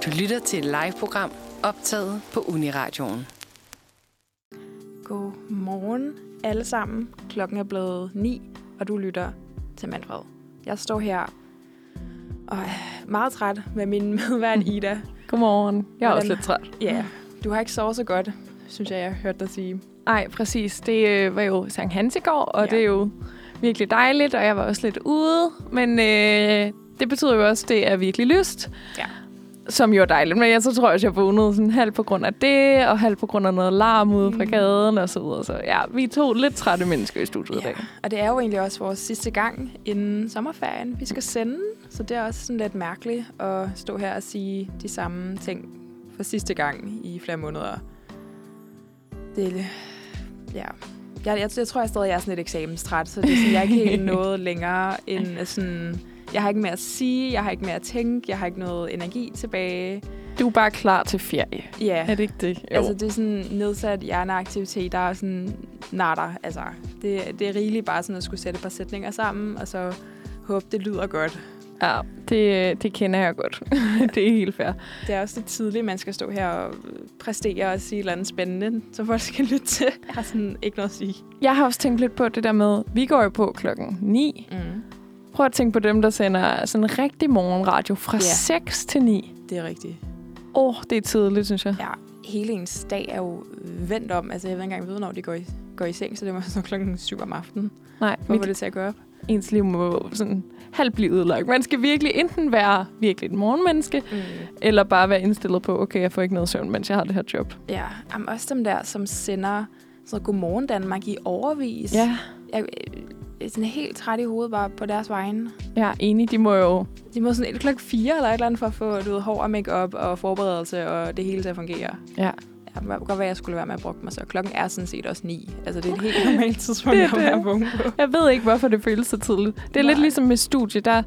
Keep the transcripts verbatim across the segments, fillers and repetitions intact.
Du lytter til et live-program optaget på Uniradioen. Godmorgen alle sammen. Klokken er blevet ni, og du lytter til Manfred. Jeg står her og er meget træt med min medvært Ida. Godmorgen. Jeg er Hvordan? også lidt træt. Ja, du har ikke sovet så godt, synes jeg, jeg har hørt dig sige. Nej, præcis. Det øh, var jo Sankt Hans i går, og Ja. det er jo virkelig dejligt, og jeg var også lidt ude. Men øh, det betyder jo også, at det er virkelig lyst. Ja. Som jo er dejligt. Men jeg så tror jeg, at jeg vågnede sådan halv på grund af det, og halv på grund af noget larm ude fra gaden og så videre. Så ja, vi er to lidt trætte mennesker i studiet i Ja, dag. og det er jo egentlig også vores sidste gang inden sommerferien, vi skal sende. Så det er også sådan lidt mærkeligt at stå her og sige de samme ting for sidste gang i flere måneder. Det ja. Jeg, jeg, jeg tror, jeg stadig er sådan lidt eksamenstræt, så det er sådan, jeg er ikke helt noget længere end sådan... Jeg har ikke mere at sige, jeg har ikke mere at tænke, jeg har ikke noget energi tilbage. Du er bare klar til ferie. Ja. Er det ikke det? Jo. Altså, det er sådan nedsat hjerneaktivitet, der er sådan natter. Altså, det, det er rigeligt bare sådan at skulle sætte et par sætninger sammen, og så håbe, det lyder godt. Ja, det, det kender jeg godt. Det er helt fair. Det er også lidt tidligt, man skal stå her og præstere og sige et eller andet spændende, så folk skal lytte til. Jeg har sådan ikke noget at sige. Jeg har også tænkt lidt på det der med, vi går jo på klokken ni. Mm. Prøv at tænke på dem, der sender sådan en rigtig morgenradio fra Ja. seks til ni. Det er rigtigt. Åh, oh, det er tidligt, synes jeg. Ja, hele ens dag er jo vendt om. Altså, jeg ved ikke engang vide, når de går i, går i seng, så det var sådan klokken syv om aftenen. Nej, Hvor mit, var det til at gå op? ens liv må sådan halvt blive udlagt. Man skal virkelig enten være virkelig et morgenmenneske, Mm. eller bare være indstillet på, okay, jeg får ikke noget søvn, mens jeg har det her job. Ja, jamen, også dem der, som sender sådan Godmorgen Danmark i overvis. Ja, Jeg, jeg er sådan helt træt i hovedet bare på deres vegne. jeg er enig. De må jo... De må sådan et klokken fire eller et eller andet for at få du ved, hår og make-up og forberedelse og det hele til at fungere. Ja. Ja, det kan godt være, at jeg skulle være med at bruge mig så. Klokken er sådan set også ni. Altså, det er et helt normalt tidspunkt, Det er at være det. vågen på. Jeg ved ikke, hvorfor det føles så tidligt. Det er Nej. lidt ligesom med studie, der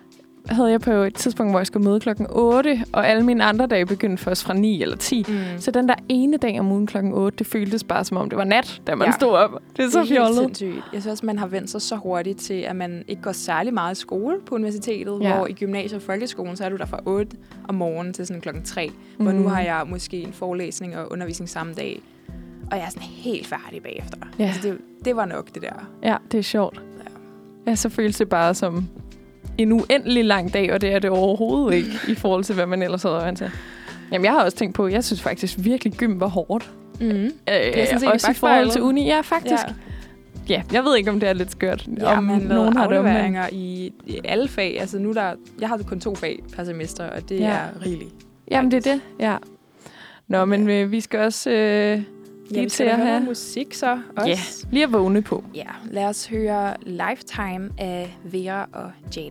havde jeg på et tidspunkt, hvor jeg skulle møde klokken otte, og alle mine andre dage begyndte først fra ni eller ti. Mm. Så den der ene dag om ugen klokken otte, det føltes bare som om det var nat, da man Ja. stod op. Det er så det er helt fjollet. sindssygt. Jeg synes også, man har vendt sig så hurtigt til, at man ikke går særlig meget i skole på universitetet, Ja. hvor i gymnasiet og folkeskolen, så er du der fra otte om morgenen til sådan klokken tre, mm. hvor Mm. nu har jeg måske en forelæsning og undervisning samme dag, og jeg er sådan helt færdig bagefter. Ja. Altså, det, det var nok, det der. Ja, det er sjovt. Ja. Ja, så føles det bare som en uendelig lang dag, og det er det overhovedet ikke, i forhold til, hvad man ellers havde vant til. Jamen, jeg har også tænkt på, jeg synes faktisk virkelig, gym var hårdt. Mm. Øh, Det er sådan set også i forhold til uni. Ja, faktisk. Ja. Ja, jeg ved ikke, om det er lidt skørt. Ja, om man lavede nogen har det omvendt. afleveringer i, i alle fag. Altså nu der, jeg har kun to fag per semester, og det Ja. er rigeligt. Jamen, det er det. Ja. Nå, men øh, vi skal også øh, lige Ja, vi til skal da at høre have... noget musik så også. Ja, lige at vågne på. Ja, lad os høre Lifetime af Vera og Jada.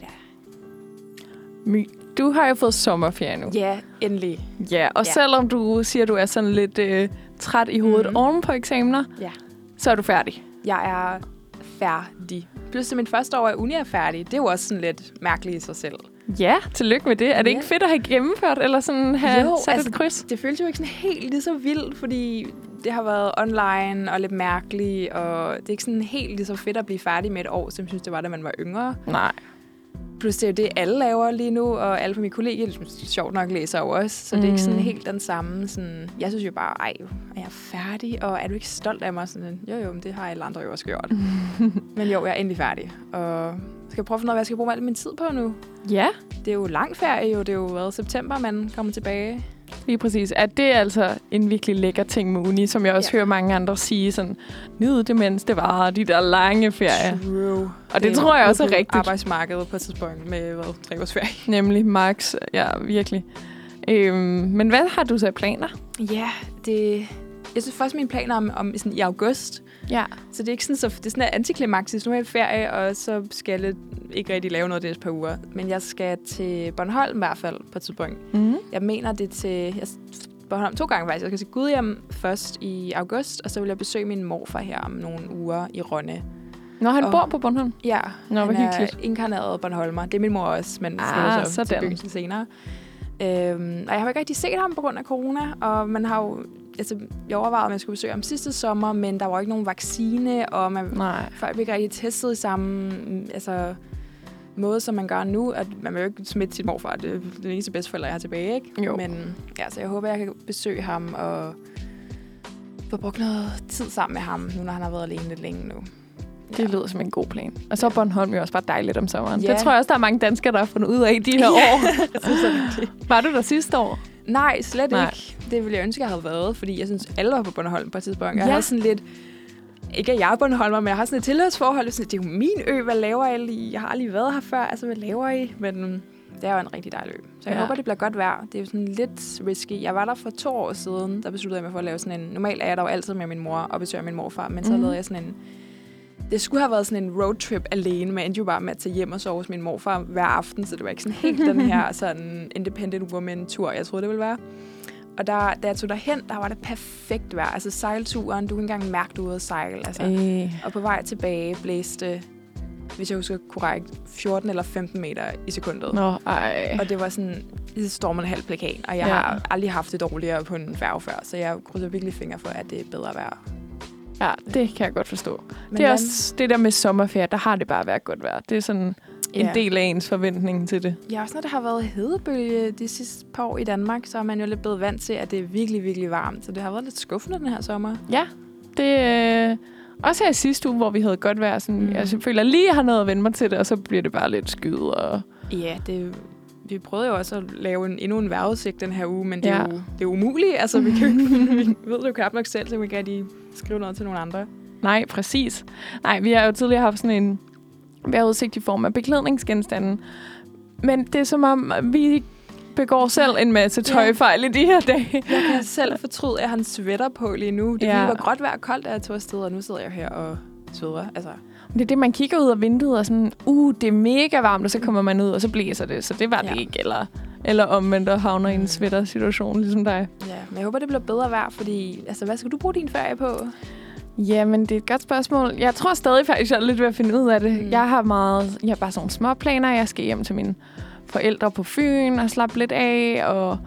My, du har jo fået sommerferie nu. Ja, endelig. Ja, og Ja. selvom du siger, at du er sådan lidt øh, træt i hovedet Mhm. mm. oven på eksamener, Ja. så er du færdig. Jeg er færdig. Pludselig min første år af uni er færdig. Det er jo også sådan lidt mærkeligt i sig selv. Ja, tillykke med det. Er det Ja. ikke fedt at have gennemført, eller sådan have Jo, sat altså, et kryds? Det føles jo ikke sådan helt lige så vildt, fordi det har været online og lidt mærkeligt, og det er ikke sådan helt lige så fedt at blive færdig med et år, som jeg synes, det var, da man var yngre. Nej. Plus det er jo det, alle laver lige nu, og alle på min kollegie, det er sjovt nok, læser jo også. Så mm. det er ikke sådan helt den samme. Sådan, jeg synes jo bare, ej, er jeg færdig? Og er du ikke stolt af mig? Sådan, jo, jo, men det har alle andre jo også gjort. Men jo, jeg er endelig færdig. Og skal jeg prøve at finde ud af, hvad jeg skal bruge al min tid på nu? Ja, Det er jo lang ferie, jo. Det er jo været september, man kommer tilbage. lige præcis. At det er altså en virkelig lækker ting med uni, som jeg også Ja. hører mange andre sige. Sådan, nyd det, mens det var, de der lange ferier. True. Og det tror jeg også er ude på rigtigt. Arbejdsmarkedet på et tidspunkt med hvad, tre års ferie. Nemlig max. Ja, virkelig. Øhm, men hvad har du så af planer? Ja, det... Jeg synes først mine planer om, om sådan, i august. Ja. Så det er ikke sådan, så det er sådan antiklimaktisk. Nu er jeg ferie, og så skal jeg lidt, ikke rigtig lave noget det et par uger. Men jeg skal til Bornholm i hvert fald på et tidspunkt. Mm. Jeg mener det til... Jeg, Bornholm to gange faktisk. Jeg skal til Gudhjem først i august, og så vil jeg besøge min morfar her om nogle uger i Rønne. Nå, han Og- bor på Bornholm. Ja, Nå, hvor han er hyggeligt. inkarneret Bornholmer. Det er min mor også, men Ah, flytter så til sådan. byen senere. Øhm, og jeg har jo ikke rigtig set ham på grund af corona, og man har jo... Altså, jeg overvejede, om jeg skulle besøge ham sidste sommer, men der var ikke nogen vaccine, og man, Nej. folk blev ikke rigtig testet i samme... Altså, måde, som man gør nu, at man vil jo ikke smitte sit morfar. Det er den eneste bedsteforælder, jeg har tilbage, ikke? Jo. Men ja, så jeg håber, jeg kan besøge ham og få brugt noget tid sammen med ham, nu når han har været alene lidt længe nu. Det ja. lyder som en god plan. Og så er Bornholm jo også bare dejligt om sommeren. Ja. Det tror jeg også, der er mange danskere, der har fundet ud af i de her Ja. år. det. Var du der sidste år? Nej, slet Nej. ikke. Det ville jeg ønske, jeg havde været, fordi jeg synes, alle var på Bornholm på et tidspunkt. Jeg Ja. havde sådan lidt... Ikke at jeg er Bornholmer, men jeg har sådan et tilhørsforhold. Sådan, det er jo min ø, hvad laver I i? Jeg har aldrig været her før, altså hvad laver I? Men det er jo en rigtig dejlig ø. Så jeg Ja. håber, det bliver godt vejr. Det er jo sådan lidt risky. Jeg var der for to år siden, der besluttede jeg mig for at lave sådan en... Normalt er jeg der jo altid med min mor og besøger min morfar, men så Mhm. lavede jeg sådan en... Det skulle have været sådan en roadtrip alene, men endte jo bare med at tage hjem og sove hos min morfar hver aften, så det var ikke sådan helt den her sådan independent woman-tur, jeg troede, det ville være. Og der, da jeg tog derhen, der var det perfekt vejr. Altså sejlturen, du kunne ikke engang mærke, du ude at sejle. Altså. Øh. Og på vej tilbage blæste, hvis jeg husker korrekt, fjorten eller femten meter i sekundet. Nå, ej. Og det var sådan, det stormede en halv plakan, og jeg Ja. har aldrig haft det dårligere på en færge før, så jeg krydser virkelig fingre for, at det er bedre vejr. Ja, det kan jeg godt forstå. Men det er hvad- også det der med sommerferie, der har det bare været godt vejr. Det er sådan en Ja. del af ens forventning til det. Ja, også når det har været hedebølge de sidste par år i Danmark, så er man jo lidt blevet vant til, at det er virkelig, virkelig varmt. Så det har været lidt skuffende den her sommer. Ja, det øh, også her i sidste uge, hvor vi havde godt vejr. Sådan, Mm. mm. Jeg føler lige, at jeg har noget at vende mig til det, og så bliver det bare lidt skyet. Og Ja, det, vi prøvede jo også at lave en, endnu en vejrudsigt den her uge, men det, Ja. er, jo, det er umuligt. Altså, vi, kan, jo ikke- vi ved det jo knap nok selv, så vi kan lige skrive noget til nogle andre. nej, præcis. Nej, vi har jo tidligere haft sådan en vejrudsigt i form af beklædningsgenstande. Men det er som om, vi begår selv en masse tøjfejl i de her dage. Jeg kan selv fortryde, at jeg har en sweater på lige nu. Det, Ja. ja. var godt vejr og koldt, da jeg tog afsted, og nu sidder jeg her og sveder. Altså, Det er det, man kigger ud af vinduet og sådan, uh, det er mega varmt, og så kommer man ud, og så blæser det. Så det var det Ja. ikke. Eller, eller omvendt og havner i en Mm. sweater-situation, ligesom dig. ja. Men jeg håber, det bliver bedre vejr, fordi... Altså, hvad skal du bruge din ferie på? Jamen, det er et godt spørgsmål. Jeg tror stadig faktisk, jeg er lidt ved at finde ud af det. Mm. Mm. Jeg har meget, jeg har bare sådan nogle små planer. Jeg skal hjem til mine forældre på Fyn og slappe lidt af, og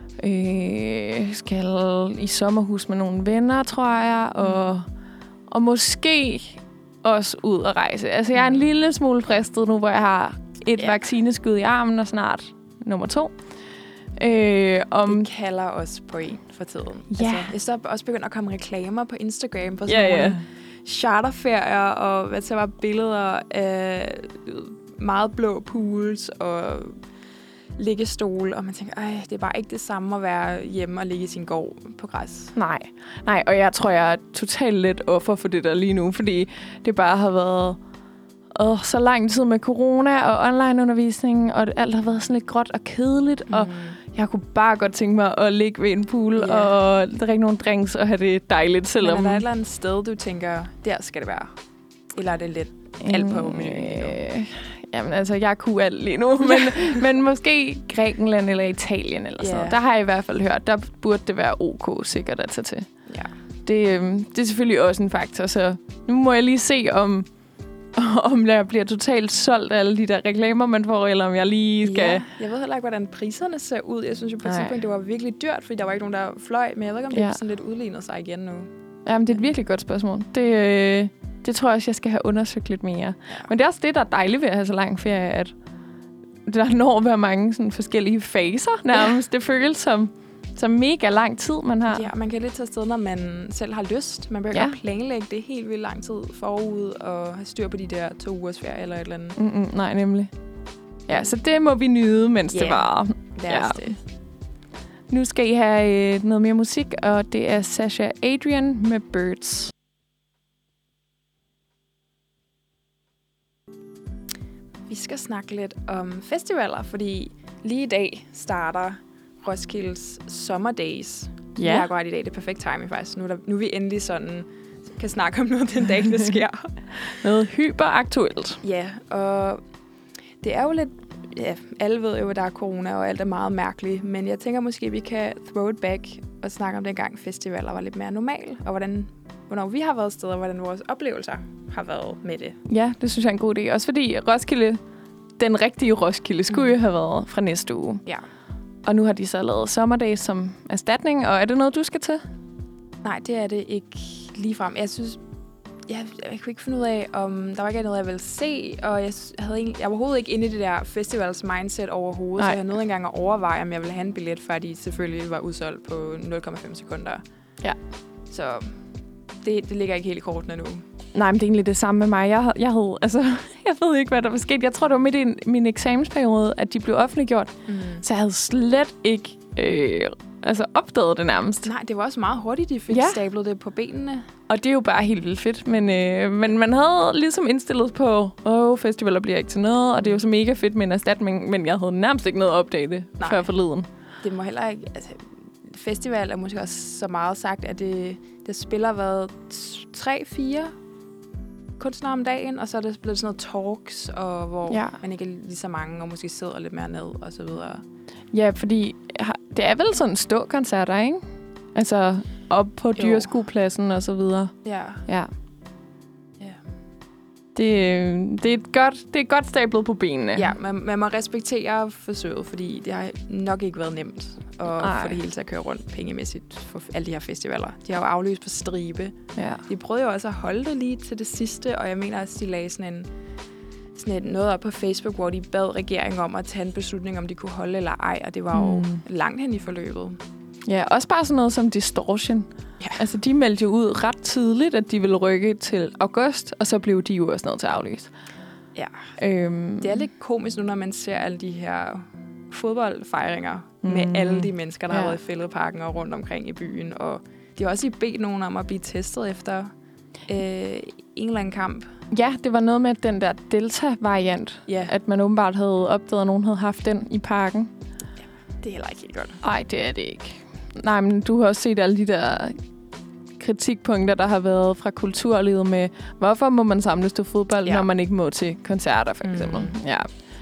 øh, skal i sommerhus med nogle venner, tror jeg, og, og måske også ud og rejse. Altså, jeg er en lille smule fristet nu, hvor jeg har et Ja. vaccineskud i armen, og snart nummer to. Øh, om Det kalder også på en for tiden. Ja. Altså, jeg så også begyndt at komme reklamer på Instagram for Ja, sådan ja. nogle charterferier, og hvad så var billeder af meget blå pools og liggestol, og man tænker, ej, det er bare ikke det samme at være hjemme og ligge i sin gård på græs. Nej, nej, og jeg tror, jeg er totalt lidt offer for det der lige nu, fordi det bare har været åh, så lang tid med corona og onlineundervisning, og alt har været sådan lidt gråt og kedeligt, mm. og jeg kunne bare godt tænke mig at ligge ved en pool Ja. og drikke nogle drinks og have det dejligt, selvom... Men er der et eller andet sted, du tænker, der skal det være? Eller er det lidt alt på menuen lige nu? Øh, jamen altså, jeg kunne alt lige nu, men, men måske Grækenland eller Italien eller sådan Ja. noget. Der har jeg i hvert fald hørt, der burde det være ok sikkert at tage til. Ja. Det, øhm, det er selvfølgelig også en faktor, så nu må jeg lige se, om, om jeg bliver totalt solgt af alle de der reklamer, man får, eller om jeg lige skal... Ja, jeg ved heller ikke, hvordan priserne ser ud. Jeg synes jo på et Nej. tidspunkt, det var virkelig dyrt, fordi der var ikke nogen, der fløj. Men jeg ved ikke, om det Ja. er sådan lidt udlignet sig igen nu. Jamen, det er et virkelig godt spørgsmål. Det, øh, det tror jeg også, jeg skal have undersøgt lidt mere. Ja. Men det er også det, der er dejligt ved at have så lang ferie, at der når at være mange sådan forskellige faser nærmest. Ja. Det føles som, som mega lang tid, man har. Ja, man kan lidt tage afsted, når man selv har lyst. Man behøver Ja. ikke planlægge det helt vildt lang tid forud og have styr på de der to ugers ferie eller et eller andet. Mm-mm, nej, nemlig. Ja, så det må vi nyde, mens Ja. det varer. Lad Ja. os det. Nu skal I have øh, noget mere musik, og det er Sasha Adrian med Birds. Vi skal snakke lidt om festivaler, fordi lige i dag starter Roskildes Summer Days. Ja. Det er godt i dag. Det er perfekt timing faktisk. Nu er, der, nu er vi endelig sådan kan snakke om noget den dag, det sker. Noget hyperaktuelt. Ja, og det er jo lidt... Ja, alle ved jo, at der er corona, og alt er meget mærkeligt. Men jeg tænker måske, at vi kan throw it back og snakke om dengang festivaler var lidt mere normal. Og hvordan, hvornår vi har været steder, og hvordan vores oplevelser har været med det. Ja, det synes jeg er en god idé. Også fordi Roskilde, den rigtige Roskilde, skulle jo have været fra næste uge. Ja. Og nu har de så lavet Sommerdays som erstatning. Og er det noget, du skal til? Nej, det er det ikke ligefrem. Jeg synes, jeg, jeg kunne ikke finde ud af, om der var ikke noget, jeg ville se, og jeg, havde egentlig, jeg var overhovedet ikke inde i det der festivals mindset overhovedet, Nej. Så jeg nåede engang at overveje, om jeg ville have en billet, før de selvfølgelig var udsolgt på nul komma fem sekunder. Ja. Så det, det ligger ikke helt i kortene nu. Nej, men det er egentlig det samme med mig. Jeg, jeg, havde, altså, jeg ved ikke, hvad der var sket. Jeg tror, det var midt i min eksamensperiode, at de blev offentliggjort. Mm. Så jeg havde slet ikke øh, altså opdaget det nærmest. Nej, det var også meget hurtigt, de fik ja. stablet det på benene. Og det er jo bare helt vildt fedt. Men, øh, men man havde ligesom indstillet på, åh, festivaler bliver ikke til noget, og det er jo så mega fedt med en erstatning, men jeg havde nærmest ikke noget at opdage det Nej. før forleden. Det må heller ikke... Altså, festival er måske også så meget sagt, at det, det spiller været tre, fire kunstnere om dagen, og så er det blevet sådan noget talks, og hvor ja. man ikke er lige så mange, og måske sidder lidt mere ned, og så videre. Ja, fordi det er vel sådan stå-koncerter, ikke? Altså op på dyreskuepladsen og så videre. Ja. Ja. ja. Det, det, er et godt, det er godt stablet på benene. Ja, man, man må respektere forsøget, fordi det har nok ikke været nemt at få det hele til at køre rundt pengemæssigt for alle de her festivaler. De har jo aflyst på stribe. Ja. De prøvede jo også at holde det lige til det sidste, og jeg mener også, de lagde sådan en sådan et noget op på Facebook, hvor de bad regeringen om at tage en beslutning, om de kunne holde eller ej, og det var jo mm. langt hen i forløbet. Ja, også bare sådan noget som Distortion. Ja. Altså, de meldte jo ud ret tidligt, at de ville rykke til august, og så blev de jo også nødt til at aflyse. Ja. Øhm. Det er lidt komisk nu, når man ser alle de her fodboldfejringer mm. med alle de mennesker, der ja. har været i Fælledparken og rundt omkring i byen, og de har også bedt nogen om at blive testet efter øh, en eller anden kamp. Ja, det var noget med den der Delta-variant, ja. at man åbenbart havde opdaget, at nogen havde haft den i parken. Ja, det er heller ikke helt godt. Nej, det er det ikke. Nej, men du har også set alle de der kritikpunkter, der har været fra kulturlivet med, hvorfor må man samles til fodbold, ja. når man ikke må til koncerter, for eksempel. Mm. Ja,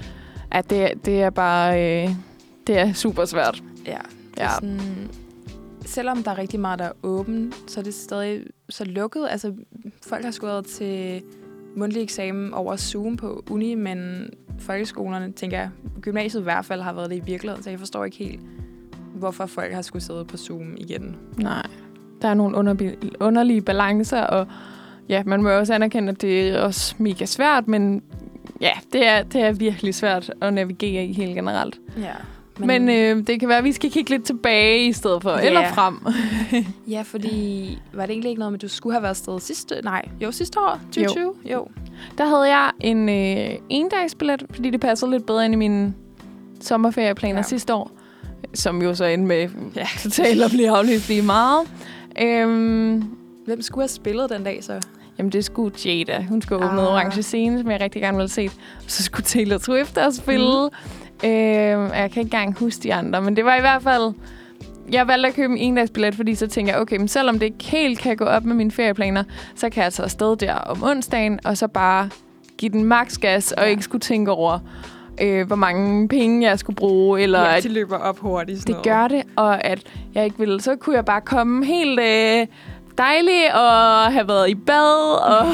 at det, det er bare øh, det er super svært. Ja, det er sådan, selvom der er rigtig meget, der er åben, så er det stadig så lukket. Altså, folk har skåret til mundtlig eksamen over Zoom på uni, men folkeskolerne, tænker jeg, gymnasiet i hvert fald har været det i virkeligheden, så jeg forstår ikke helt, hvorfor folk har skulle sidde på Zoom igen. Nej, der er nogle underbi- underlige balancer, og ja, man må også anerkende, at det er også mega svært, men ja, det er, det er virkelig svært at navigere i helt generelt. Ja. Men, men øh, det kan være, at vi skal kigge lidt tilbage i stedet for, yeah. eller frem. Ja, fordi var det egentlig ikke noget med, at du skulle have været afsted sidste... Nej, jo, sidste år, tyve tyve? Jo. jo. Der havde jeg en øh, endagsbillet, fordi det passede lidt bedre ind i mine sommerferieplaner ja. sidste år, som jo så endte med ja, totalt at blive aflyst lige meget. Øhm, Hvem skulle have spillet den dag så? Jamen, det skulle Jada. Hun skulle åbne ah. Orange Scene, som jeg rigtig gerne ville have set. Så skulle Taylor Swift også spille. Mm. Øhm, jeg kan ikke engang huske de andre, men det var i hvert fald... Jeg valgte at købe en endagsbillet, fordi så tænker jeg, okay, men selvom det ikke helt kan gå op med mine ferieplaner, så kan jeg tage afsted der om onsdagen, og så bare give den maks gas, og ja. ikke skulle tænke over, øh, hvor mange penge jeg skulle bruge. Eller ja, de løber op hurtigt. Det noget. gør det, og at jeg ikke ville, så kunne jeg bare komme helt... Øh, dejlig og have været i bad og,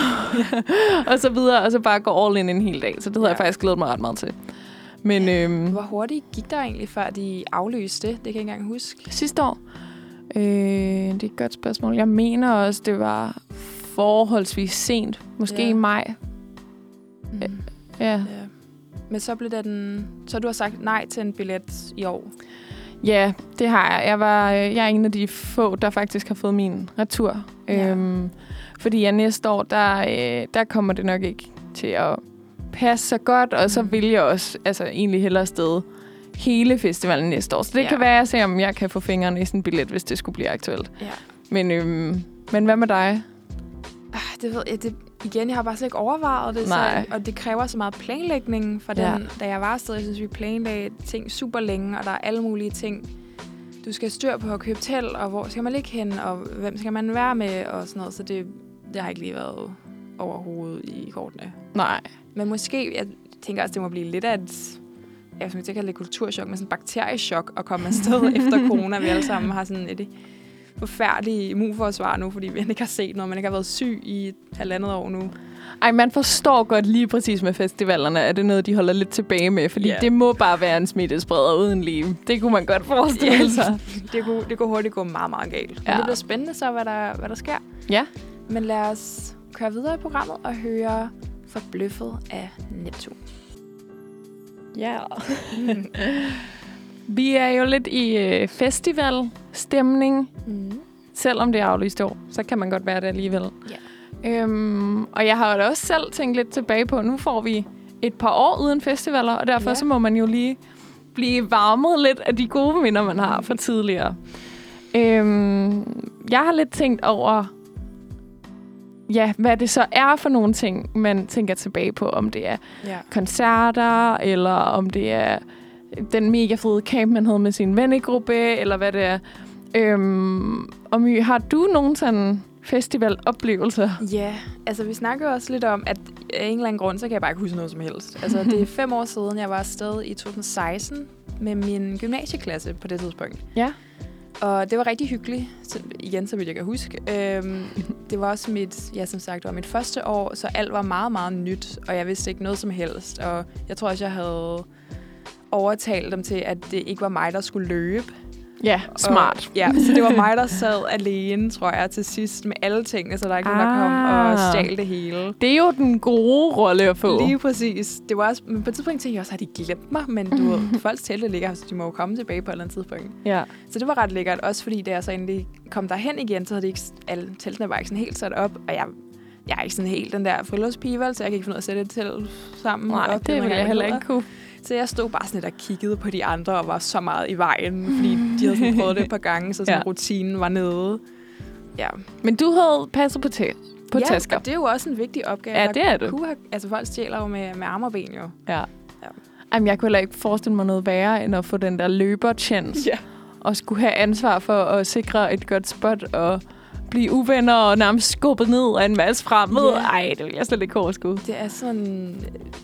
og så videre, og så bare gå all in en hel dag. Så det havde ja. jeg faktisk glædet mig ret meget til. Men, ja. øhm, Hvor hurtigt gik der egentlig, før de aflyste det? Det kan jeg ikke engang huske. Sidste år? Øh, det er et godt spørgsmål. Jeg mener også, det var forholdsvis sent. Måske ja. i maj. Mm. Ja. ja. Men så blev det den... Så du har sagt nej til en billet i år? Ja, det har jeg. Jeg, var, jeg er en af de få, der faktisk har fået min retur. Ja. Øhm, fordi ja, næste år, der, øh, der kommer det nok ikke til at passe så godt, og mm. så vil jeg også altså, egentlig hellere afsted hele festivalen næste år. Så det ja. kan være, at jeg ser, om jeg kan få fingrene i sådan en billet, hvis det skulle blive aktuelt. Ja. Men, øhm, men hvad med dig? Det ved jeg, det, igen, jeg har bare slet ikke overvejet det, så, og det kræver så meget planlægning for den, ja. da jeg var afsted. Jeg synes, vi planlagde ting super længe, og der er alle mulige ting, du skal styr på at købe til, og hvor skal man ligge hen, og hvem skal man være med, og sådan noget. Så det, det har ikke lige været overhovedet i kortene. Nej. Men måske, jeg tænker også, det må blive lidt af et, jeg synes, jeg kalder det kulturschok, men sådan bakteriechok at komme afsted efter corona. Vi alle sammen har sådan et forfærdeligt immunforsvar nu, fordi vi ikke har set noget. Man ikke har været syg i et halvandet år nu. Ej, man forstår godt lige præcis med festivalerne, at det er noget, de holder lidt tilbage med, fordi yeah. det må bare være en smittespreder uden liv. Det kunne man godt forestille yeah. sig. det, kunne, det kunne hurtigt gå meget, meget galt. Men ja. det bliver spændende så, hvad der, hvad der sker. Ja. Men lad os køre videre i programmet og høre Forbløffet af Neptun. Ja. Yeah. Vi er jo lidt i øh, festivalstemning. Mm. Selvom det er aflyst år, så kan man godt være det alligevel. Yeah. Øhm, og jeg har jo da også selv tænkt lidt tilbage på, nu får vi et par år uden festivaler, og derfor yeah. så må man jo lige blive varmet lidt af de gode minder, man har fra tidligere. Øhm, jeg har lidt tænkt over, ja, hvad det så er for nogle ting, man tænker tilbage på. Om det er yeah. koncerter, eller om det er den mega fede camp, man havde med sin vennegruppe, eller hvad det er. Øhm, og My, har du nogen sådan festivaloplevelser? Ja, yeah. altså vi snakker jo også lidt om, at af en eller anden grund, så kan jeg bare ikke huske noget som helst. Altså det er fem år siden, jeg var afsted i to tusind seksten med min gymnasieklasse på det tidspunkt. Ja. Og det var rigtig hyggeligt, så, igen, så vidt jeg kan huske. Øhm, det var også mit, ja, som sagt, det var mit første år, så alt var meget, meget nyt, og jeg vidste ikke noget som helst. Og jeg tror også, jeg havde overtalt dem til, at det ikke var mig, der skulle løbe. Ja, smart. Og, ja, så det var mig, der sad alene, tror jeg, til sidst med alle tingene, så der er ikke ah. nogen, der kom og stjal det hele. Det er jo den gode rolle at få. Lige præcis. Det var også, men på et tidspunkt tænkte jeg også, at de glemt mig, men du ved, folks telte ligger, så de må jo komme tilbage på et eller andet tidspunkt. Ja. Så det var ret lækkert, også fordi da jeg så endelig kom derhen igen, så havde de ikke, alle teltene var ikke sådan helt sat op, og jeg, jeg er ikke sådan helt den der friluftspige, så jeg kan ikke finde ud af at sætte et telt sammen. Nej, op, det ville jeg heller ikke kunne. Så jeg stod bare sådan lidt og kiggede på de andre og var så meget i vejen, fordi de havde sådan prøvet det et par gange, så sådan ja. rutinen var nede. Ja. Men du havde passet på, tæ- på ja, tasker. Ja, det er jo også en vigtig opgave. Ja, det er det. Have, altså folk stjæler jo med, med arme og ben jo. Ja. ja. Jamen, jeg kunne heller ikke forestille mig noget værre, end at få den der løber-chance. Ja. Og skulle have ansvar for at sikre et godt spot og blive uvenner og nærmest skubbet ned af en masse fremmede. Ja. Ej, det vil jeg slet ikke overskue. Det er sådan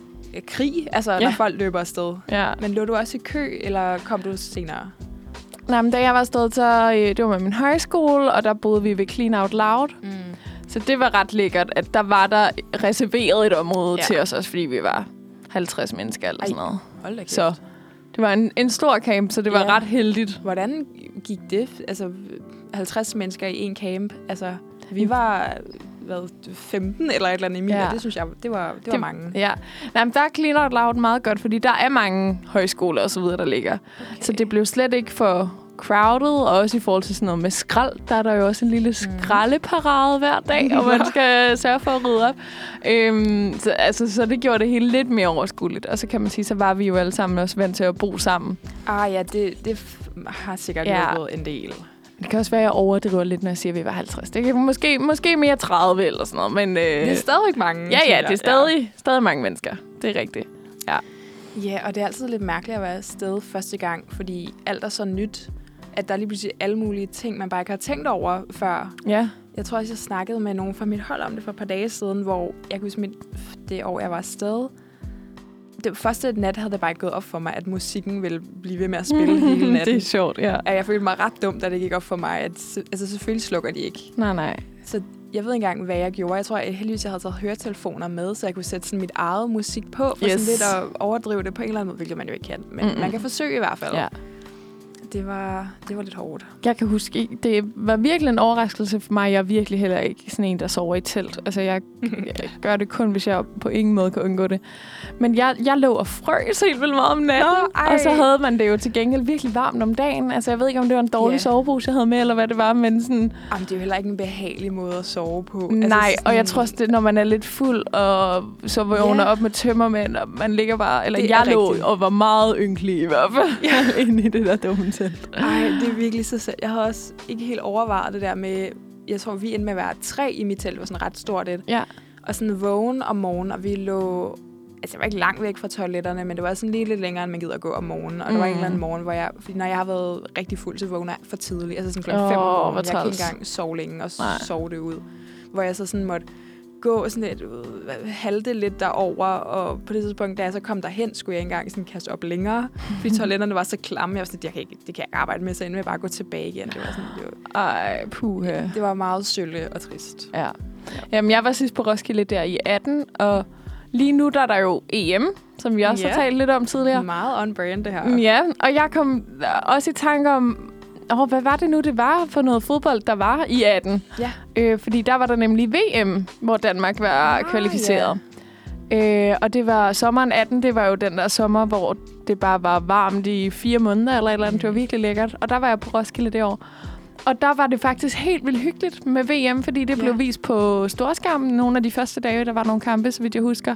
krig, altså ja. når folk løber afsted. Ja. Men lå du også i kø, eller kom du senere? Nej, men da jeg var afsted, så det var med min højskole, og der boede vi ved Clean Out Loud. Mm. Så det var ret lækkert, at der var der reserveret et område ja. til os, også fordi vi var halvtreds mennesker eller sådan noget. Hold da kæft. Så det var en, en stor camp, så det ja. var ret heldigt. Hvordan gik det? Altså halvtreds mennesker i en camp. Altså, vi var hvad, femten eller et eller andet i Emilia. Ja. Det synes jeg, det var, det var det, mange. Ja. Nej, men der er Clean Out Loud meget godt, fordi der er mange højskoler og så videre, der ligger. Okay. Så det blev slet ikke for crowded, og også i forhold til sådan noget med skrald. Der er der jo også en lille skraldeparade hver dag, og man skal sørge for at rydde op. Øhm, så, altså, så det gjorde det hele lidt mere overskueligt. Og så kan man sige, så var vi jo alle sammen også vant til at bo sammen. Ah ja, det, det har sikkert ja. hjulpet en del. Det kan også være, at jeg overdriver lidt, når jeg siger, at vi var halvtreds. Det kan måske, måske mere tredive eller sådan noget. Men, øh, det er stadig mange. Ja, ja, det er stadig, ja. stadig mange mennesker. Det er rigtigt. Ja. Ja, og det er altid lidt mærkeligt at være afsted første gang, fordi alt er så nyt, at der er lige pludselig alle mulige ting, man bare ikke har tænkt over før. Ja. Jeg tror også, jeg snakkede med nogen fra mit hold om det for et par dage siden, hvor jeg kunne huske, mit, det år, jeg var afsted. Det første nat havde det bare ikke gået op for mig, at musikken ville blive ved med at spille hele natten. Det er sjovt, ja. Jeg følte mig ret dumt, da det gik op for mig. At, altså, selvfølgelig slukker de ikke. Nej, nej. Så jeg ved ikke engang, hvad jeg gjorde. Jeg tror, at heldigvis jeg havde taget høretelefoner med, så jeg kunne sætte sådan mit eget musik på, for yes. sådan lidt at overdrive det på en eller anden måde, hvilket man jo ikke kan. Men Mm-mm. man kan forsøge i hvert fald. Ja. Det var, det var lidt hårdt. Jeg kan huske, det var virkelig en overraskelse for mig. Jeg er virkelig heller ikke sådan en, der sover i telt. Altså, jeg, jeg gør det kun, hvis jeg på ingen måde kan undgå det. Men jeg, jeg lå og frøs helt vildt meget om natten. Nå, og så havde man det jo til gengæld virkelig varmt om dagen. Altså, jeg ved ikke, om det var en dårlig yeah. sovepose, jeg havde med, eller hvad det var, men sådan... Jamen, det er jo heller ikke en behagelig måde at sove på. Nej, altså, sådan... og jeg tror også, det når man er lidt fuld, og så vågner yeah. op med tømmermænd, og man ligger bare... Eller det jeg lå rigtigt. Og var meget ynkelig i hvert fald, yeah. inde i det der dumme telt. Ej, det er virkelig så selv. Jeg havde også ikke helt overvejet det der med... Jeg tror, vi endte med at være tre i mit telt. Det var sådan ret stort et. Ja. Og sådan vågen om morgenen, og vi lå... Altså, jeg var ikke langt væk fra toiletterne, men det var sådan lige lidt længere, end man gider at gå om morgenen. Og mm. der var en eller anden morgen, hvor jeg... Fordi når jeg har været rigtig fuld, så vågner jeg for tidligt. Altså sådan klokken oh, fem om morgenen. Jeg kan ikke engang sove længe og Nej. sove det ud. Hvor jeg så sådan måtte gå sådan lidt ud, halte lidt derover, og på det tidspunkt, da jeg så kom derhen, skulle jeg ikke engang sådan kaste op længere, fordi toiletterne var så klamme. Jeg var sådan, jeg kan ikke, det kan jeg ikke arbejde med, så endelig vil jeg bare gå tilbage igen. Det var sådan, det var, Ej, puha. Det var meget sølle og trist. Ja. Jamen, jeg var sidst på Roskilde der i atten, og lige nu der er der jo E M, som vi også yeah. har talt lidt om tidligere. Meget on brand, det her. Ja, og jeg kom også i tanke om, åh, hvad var det nu, det var for noget fodbold, der var i atten? Ja. Øh, fordi der var der nemlig V M, hvor Danmark var ah, kvalificeret. Yeah. Øh, og det var sommeren atten, det var jo den der sommer, hvor det bare var varmt i fire måneder eller et eller andet. Mm. Det var virkelig lækkert. Og der var jeg på Roskilde det år. Og der var det faktisk helt vildt hyggeligt med V M, fordi det yeah. blev vist på storskærmen nogle af de første dage. Der var nogle kampe, så vidt jeg husker.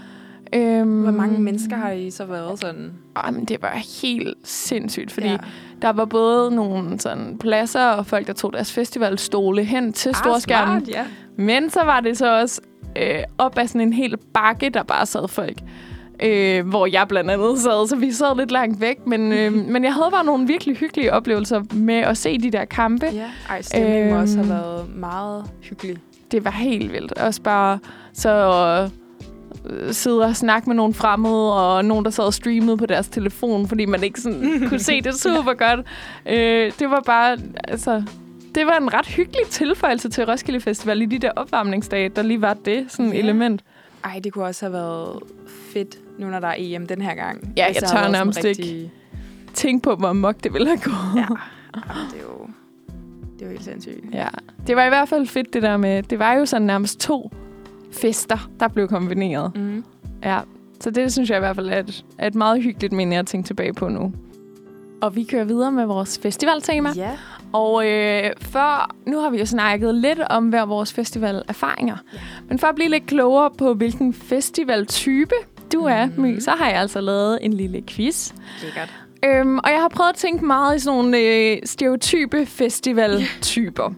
Øhm, Hvor mange mennesker har I så været sådan? Jamen, det var helt sindssygt, fordi ja. der var både nogle sådan pladser og folk, der tog deres festivalstole hen til ah, storskærmen. Smart, ja. Men så var det så også øh, op ad sådan en hel bakke, der bare sad folk. Øh, hvor jeg blandt andet sad, så vi sad lidt langt væk. Men, øh, men jeg havde bare nogle virkelig hyggelige oplevelser med at se de der kampe. Ja. Ej, stemningen øhm, også har været meget hyggelig. Det var helt vildt. Også bare så... sidde og snakke med nogle fremmede, og nogen, der sad og streamede på deres telefon, fordi man ikke sådan kunne se det super godt. Øh, det var bare, altså, det var en ret hyggelig tilføjelse til Roskilde Festival i de der opvarmningsdage, der lige var det, sådan et yeah. element. Ej, det kunne også have været fedt, nu når der er E M den her gang. Ja, jeg tør nærmest rigtig... ikke tænke på, hvor mok det ville have gået. Ja, jamen, det er jo, det er jo helt sindssygt. Ja, det var i hvert fald fedt det der med, det var jo sådan nærmest to fester, der blev kombineret. Mm. Ja, så det synes jeg i hvert fald er et, er et meget hyggeligt minde at tænke tilbage på nu. Og vi kører videre med vores festivaltema. Ja. Og øh, før, nu har vi jo snakket lidt om hver vores festivalerfaringer. Ja. Men for at blive lidt klogere på, hvilken festivaltype du mm. er, My, så har jeg altså lavet en lille quiz. Lækkert. Øhm, og jeg har prøvet at tænke meget i sådan nogle øh, stereotype festivaltyper.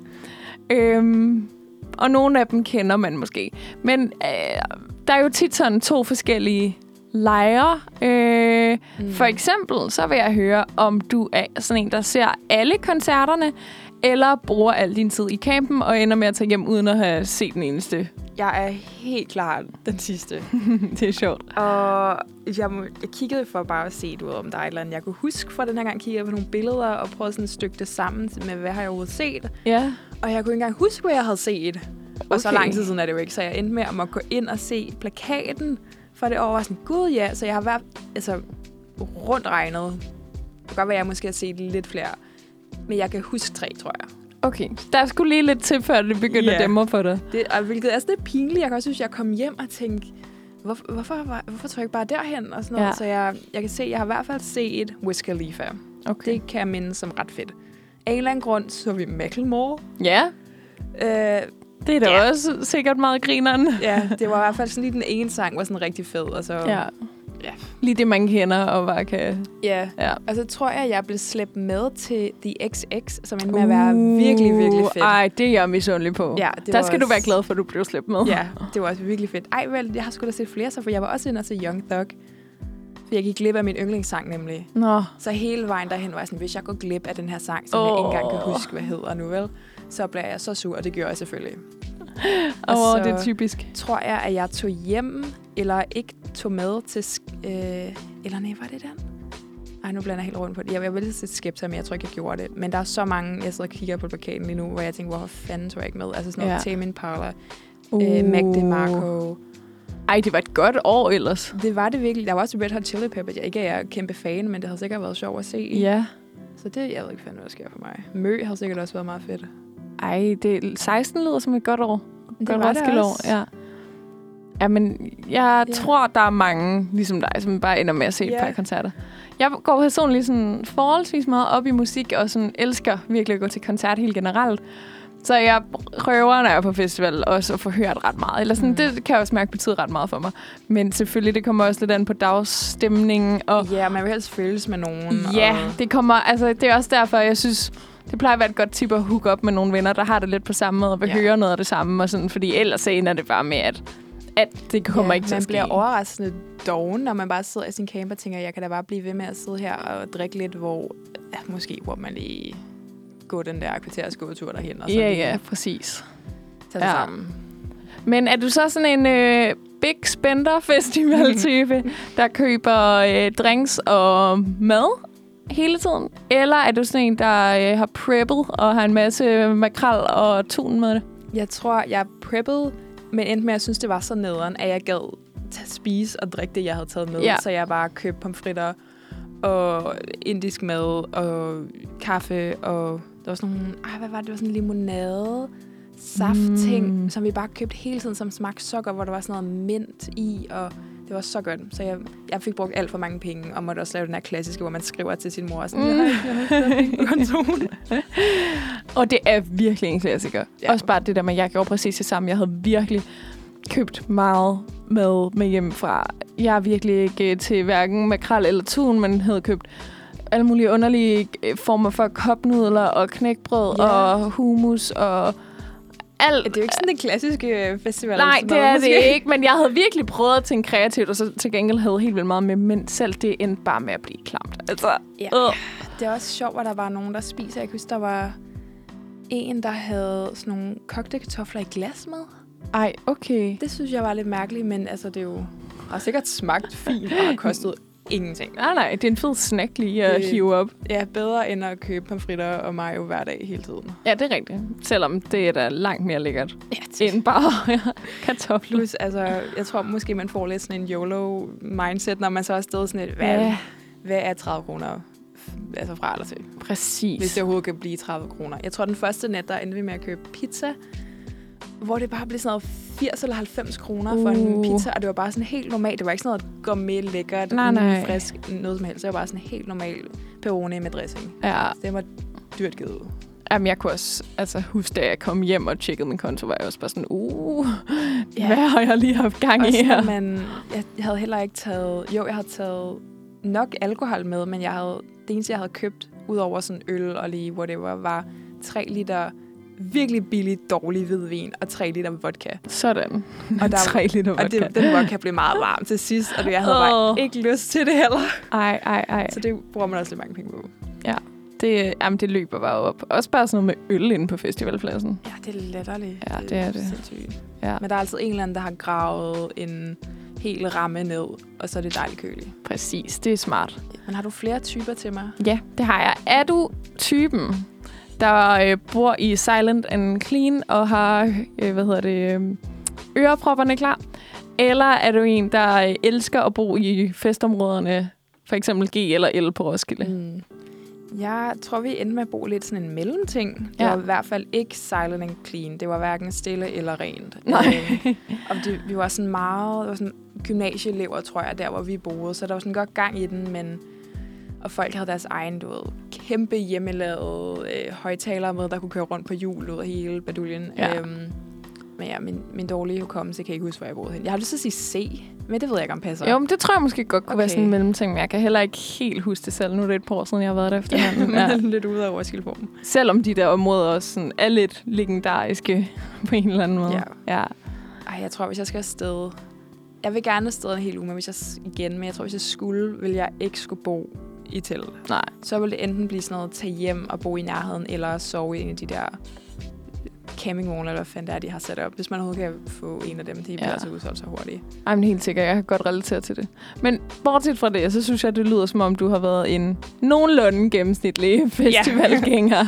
øhm, Og nogle af dem kender man måske. Men øh, der er jo tit sådan to forskellige lejre. Øh, mm. For eksempel, så vil jeg høre, om du er sådan en, der ser alle koncerterne, eller bruger al din tid i campen, og ender med at tage hjem, uden at have set den eneste. Jeg er helt klart den sidste. Det er sjovt. Og jeg, jeg kiggede for bare at se, du ved, om der er et eller andet, jeg kunne huske fra den her gang. Kiggede på nogle billeder, og prøvede sådan at stykke det sammen med, hvad har jeg overhovedet set. Ja. Og jeg kunne ikke engang huske, hvad jeg havde set. Okay. Og så lang tid siden er det jo ikke, så jeg endte med at måtte gå ind og se plakaten for det år. Var sådan, gud ja, så jeg har været altså, rundt regnet. Det kan godt være, at jeg måske har set lidt flere. Men jeg kan huske tre, tror jeg. Okay, der skulle lige lidt til, før det begyndte yeah. at dæmre for dig. Det, og hvilket er sådan lidt pinligt. Jeg kan også synes, at jeg kom hjem og tænkte, hvor, hvorfor, hvorfor tror jeg ikke bare derhen? Og sådan noget. Ja. Så jeg, jeg kan se, at jeg har i hvert fald set Wiz Khalifa. Okay. Det kan jeg minde som ret fedt. Af en eller anden grund så vi Macklemore. Ja. Øh, det er da ja. også sikkert meget grineren. Ja, det var i hvert fald sådan lige den ene sang, var sådan rigtig fed. Og så, ja. ja. Lige det, man kender og bare kan... Ja, ja. Og så tror jeg, at jeg blev slæbt med til The X X, som endte med at være virkelig, virkelig fedt. Ej, det er jeg misundelig på. Ja, det der skal også... du være glad for, at du blev slæbt med. Ja, det var også virkelig fedt. Ej, vel, jeg har sgu da set flere så, for jeg var også inde og se Young Thug. For jeg gik glip af min yndlingssang nemlig. Nå. Så hele vejen derhen var jeg sådan, hvis jeg går glip af den her sang, som oh. jeg ikke engang kan huske, hvad hedder nu vel, så bliver jeg så sur, og det gjorde jeg selvfølgelig. Åh, oh, det er typisk. Tror jeg, at jeg tog hjem, eller ikke tog med til... Øh, eller nej, var det den? Ej, nu blander jeg helt rundt på det. Jeg ville sætte Skepta, men jeg tror ikke, jeg gjorde det. Men der er så mange, jeg sidder og kigger på plakaten lige nu, hvor jeg tænker, hvorfor fanden tog jeg ikke med? Altså sådan noget ja. Tame Impala, uh. øh, Mac DeMarco. Ej, det var et godt år ellers. Det var det virkelig. Der var også Red Hot Chili Peppers. Jeg ikke er kæmpe fan, men det havde sikkert været sjovt at se. Ja. Så det, jeg ved ikke fanden, hvad der sker for mig. Mø havde sikkert også været meget fedt. Ej, det seksten lyder som et godt år. Det godt var det år, ja. Ja, men jeg ja. tror, der er mange, ligesom dig, som bare ender med at se et ja. par koncerter. Jeg går personligt sådan forholdsvis meget op i musik, og sådan elsker virkelig at gå til koncert helt generelt. Så jeg prøver, når jeg er på festival, også at få hørt ret meget. Eller sådan, mm. det kan jeg også mærke betyder ret meget for mig. Men selvfølgelig, det kommer også lidt an på dagsstemningen. Og ja, man vil helst føles med nogen. Ja, og... det kommer, altså, det er også derfor, jeg synes, det plejer at være et godt tip at hook op med nogle venner, der har det lidt på samme måde, og vil ja. høre noget af det samme. Og sådan, fordi ellers ender det bare med, at, at det kommer ja, ikke til at ske. Man bliver overraskende doven, når man bare sidder i sin camper og tænker, jeg kan da bare blive ved med at sidde her og drikke lidt, hvor ja, måske hvor man lige gå den der kvarters gåtur derhen. Og så ja, ja, præcis. Tag det ja. sammen. Men er du så sådan en øh, big spender festival-type, der køber øh, drinks og mad hele tiden? Eller er du sådan en, der øh, har preppet og har en masse makrel og tun med det? Jeg tror, jeg preppet, men endte med, at jeg synes, det var så nederen, at jeg gad at spise og drikke det, jeg havde taget med. Ja. Så jeg bare købte pomfritter og indisk mad, og kaffe, og der var sådan nogle, ej, hvad var det, det var sådan en limonade, saft-ting, mm. som vi bare købte hele tiden, som smagte så godt, hvor der var sådan noget mint i, og det var så godt. Så jeg, jeg fik brugt alt for mange penge, og måtte også lave den her klassiske, hvor man skriver til sin mor, sådan, mm. jeg har ikke penge på kontoen. Og det er virkelig en klassiker. Ja. Også bare det der med, jeg gjorde præcis det samme. Jeg havde virkelig købt meget mad med hjemmefra. Jeg er virkelig ikke til hverken makrel eller tun, men havde købt alle mulige underlige former for kopnudler og knækbrød ja. og hummus og alt. Det er jo ikke sådan den klassiske festival. Nej, det er det ikke, men jeg havde virkelig prøvet at tænke kreativt, og så til gengæld havde helt vildt meget med, men selv det endte bare med at blive klamt. Altså, ja. øh. Det er også sjovt, at der var nogen, der spiser. Jeg kan huske, der var en, der havde sådan nogle kogte kartofler i glas med. Ej, okay. Det synes jeg var lidt mærkeligt, men altså, det er jo har sikkert smagt fint og har kostet ingenting. Nej, nej, det er en fed snack lige at det, hive op. Ja, bedre end at købe pomfritter og mayo hver dag hele tiden. Ja, det er rigtigt. Selvom det er da langt mere lækkert ja, end bare ja, kartofler. Plus, altså, jeg tror måske, man får lidt sådan en YOLO-mindset, når man så er afsted sådan et, hvad, ja. hvad er tredive kroner altså fra eller til? Præcis. Hvis det overhovedet kan blive tredive kroner. Jeg tror, den første net, der endte vi med at købe pizza, hvor det bare blev sådan noget firs eller halvfems kroner uh. for en pizza, og det var bare sådan helt normalt. Det var ikke sådan noget gourmet lækkert, nej, nej. frisk, noget som helst. Det var bare sådan helt normal pepperoni med dressing. Ja. Det var dyrt givet ud. Jamen, jeg kunne også altså, huske, da jeg kom hjem og tjekkede min konto, var jeg også bare sådan, uh, ja. hvad har jeg lige haft gang også i her? Man, jeg havde heller ikke taget, jo, jeg havde taget nok alkohol med, men jeg havde, det eneste, jeg havde købt, udover sådan øl og lige whatever, var tre liter virkelig billig, dårlig hvidvin og tre liter vodka. Sådan. Og der, tre liter vodka. Og det, den vodka blev meget varm til sidst, og det, jeg havde oh. bare ikke lyst til det heller. Ej, ej, ej. Så det bruger man også lidt mange penge på. Ja, det, jamen, det løber bare op. Også bare sådan noget med øl inde på festivalpladsen. Ja, det er letterligt. Ja, det, det er det. Sindssygt. Ja. Men der er altid en eller anden, der har gravet en hel ramme ned, og så er det dejligt køligt. Præcis, det er smart. Men har du flere typer til mig? Ja, det har jeg. Er du typen, der øh, bor i Silent and Clean og har, øh, hvad hedder det, øh, ørepropperne klar? Eller er du en, der øh, elsker at bo i festområderne, for eksempel G eller L på Roskilde? Mm. Jeg tror, vi endte med at bo lidt sådan en mellemting. Det ja. var i hvert fald ikke Silent and Clean. Det var hverken stille eller rent. Nej. Øhm, og det, vi var sådan meget, det var sådan gymnasieelever, tror jeg, der hvor vi boede. Så der var sådan godt gang i den, men og folk havde deres egen, du ved, kæmpe hjemmelavede øh, højtalere med, der kunne køre rundt på hjul ud af hele baduljen. Ja. Øhm, men ja, min, min dårlige hukommelse kan ikke huske, hvor jeg boede hen. Jeg har lyst til at sige C, men det ved jeg ikke, om passer. Jo, men det tror jeg måske godt kunne okay. være sådan en mellemting, men jeg kan heller ikke helt huske det selv. Nu er det et par år siden, jeg har været der efterhånden. Ja, men lidt ude af Roskildeformen. Selvom de der områder også sådan er lidt legendariske på en eller anden måde. Ja. ja. Ej, jeg tror, hvis jeg skal afsted... Jeg vil gerne afsted en hel uge, men hvis jeg igen, men jeg tror, hvis jeg skulle, vil jeg ikke skulle bo i telt. Nej. Så ville det enten blive sådan noget, tage hjem og bo i nærheden, eller sove i en af de der campingvogne, eller hvad fanden det er, de har sat op. Hvis man overhovedet kan få en af dem, de bliver ja. altså udsolgt så hurtigt. Ej, men helt sikkert. Jeg kan godt relatere til det. Men bortset fra det, så synes jeg, det lyder som om, du har været en nogenlunde gennemsnitlig festivalgænger.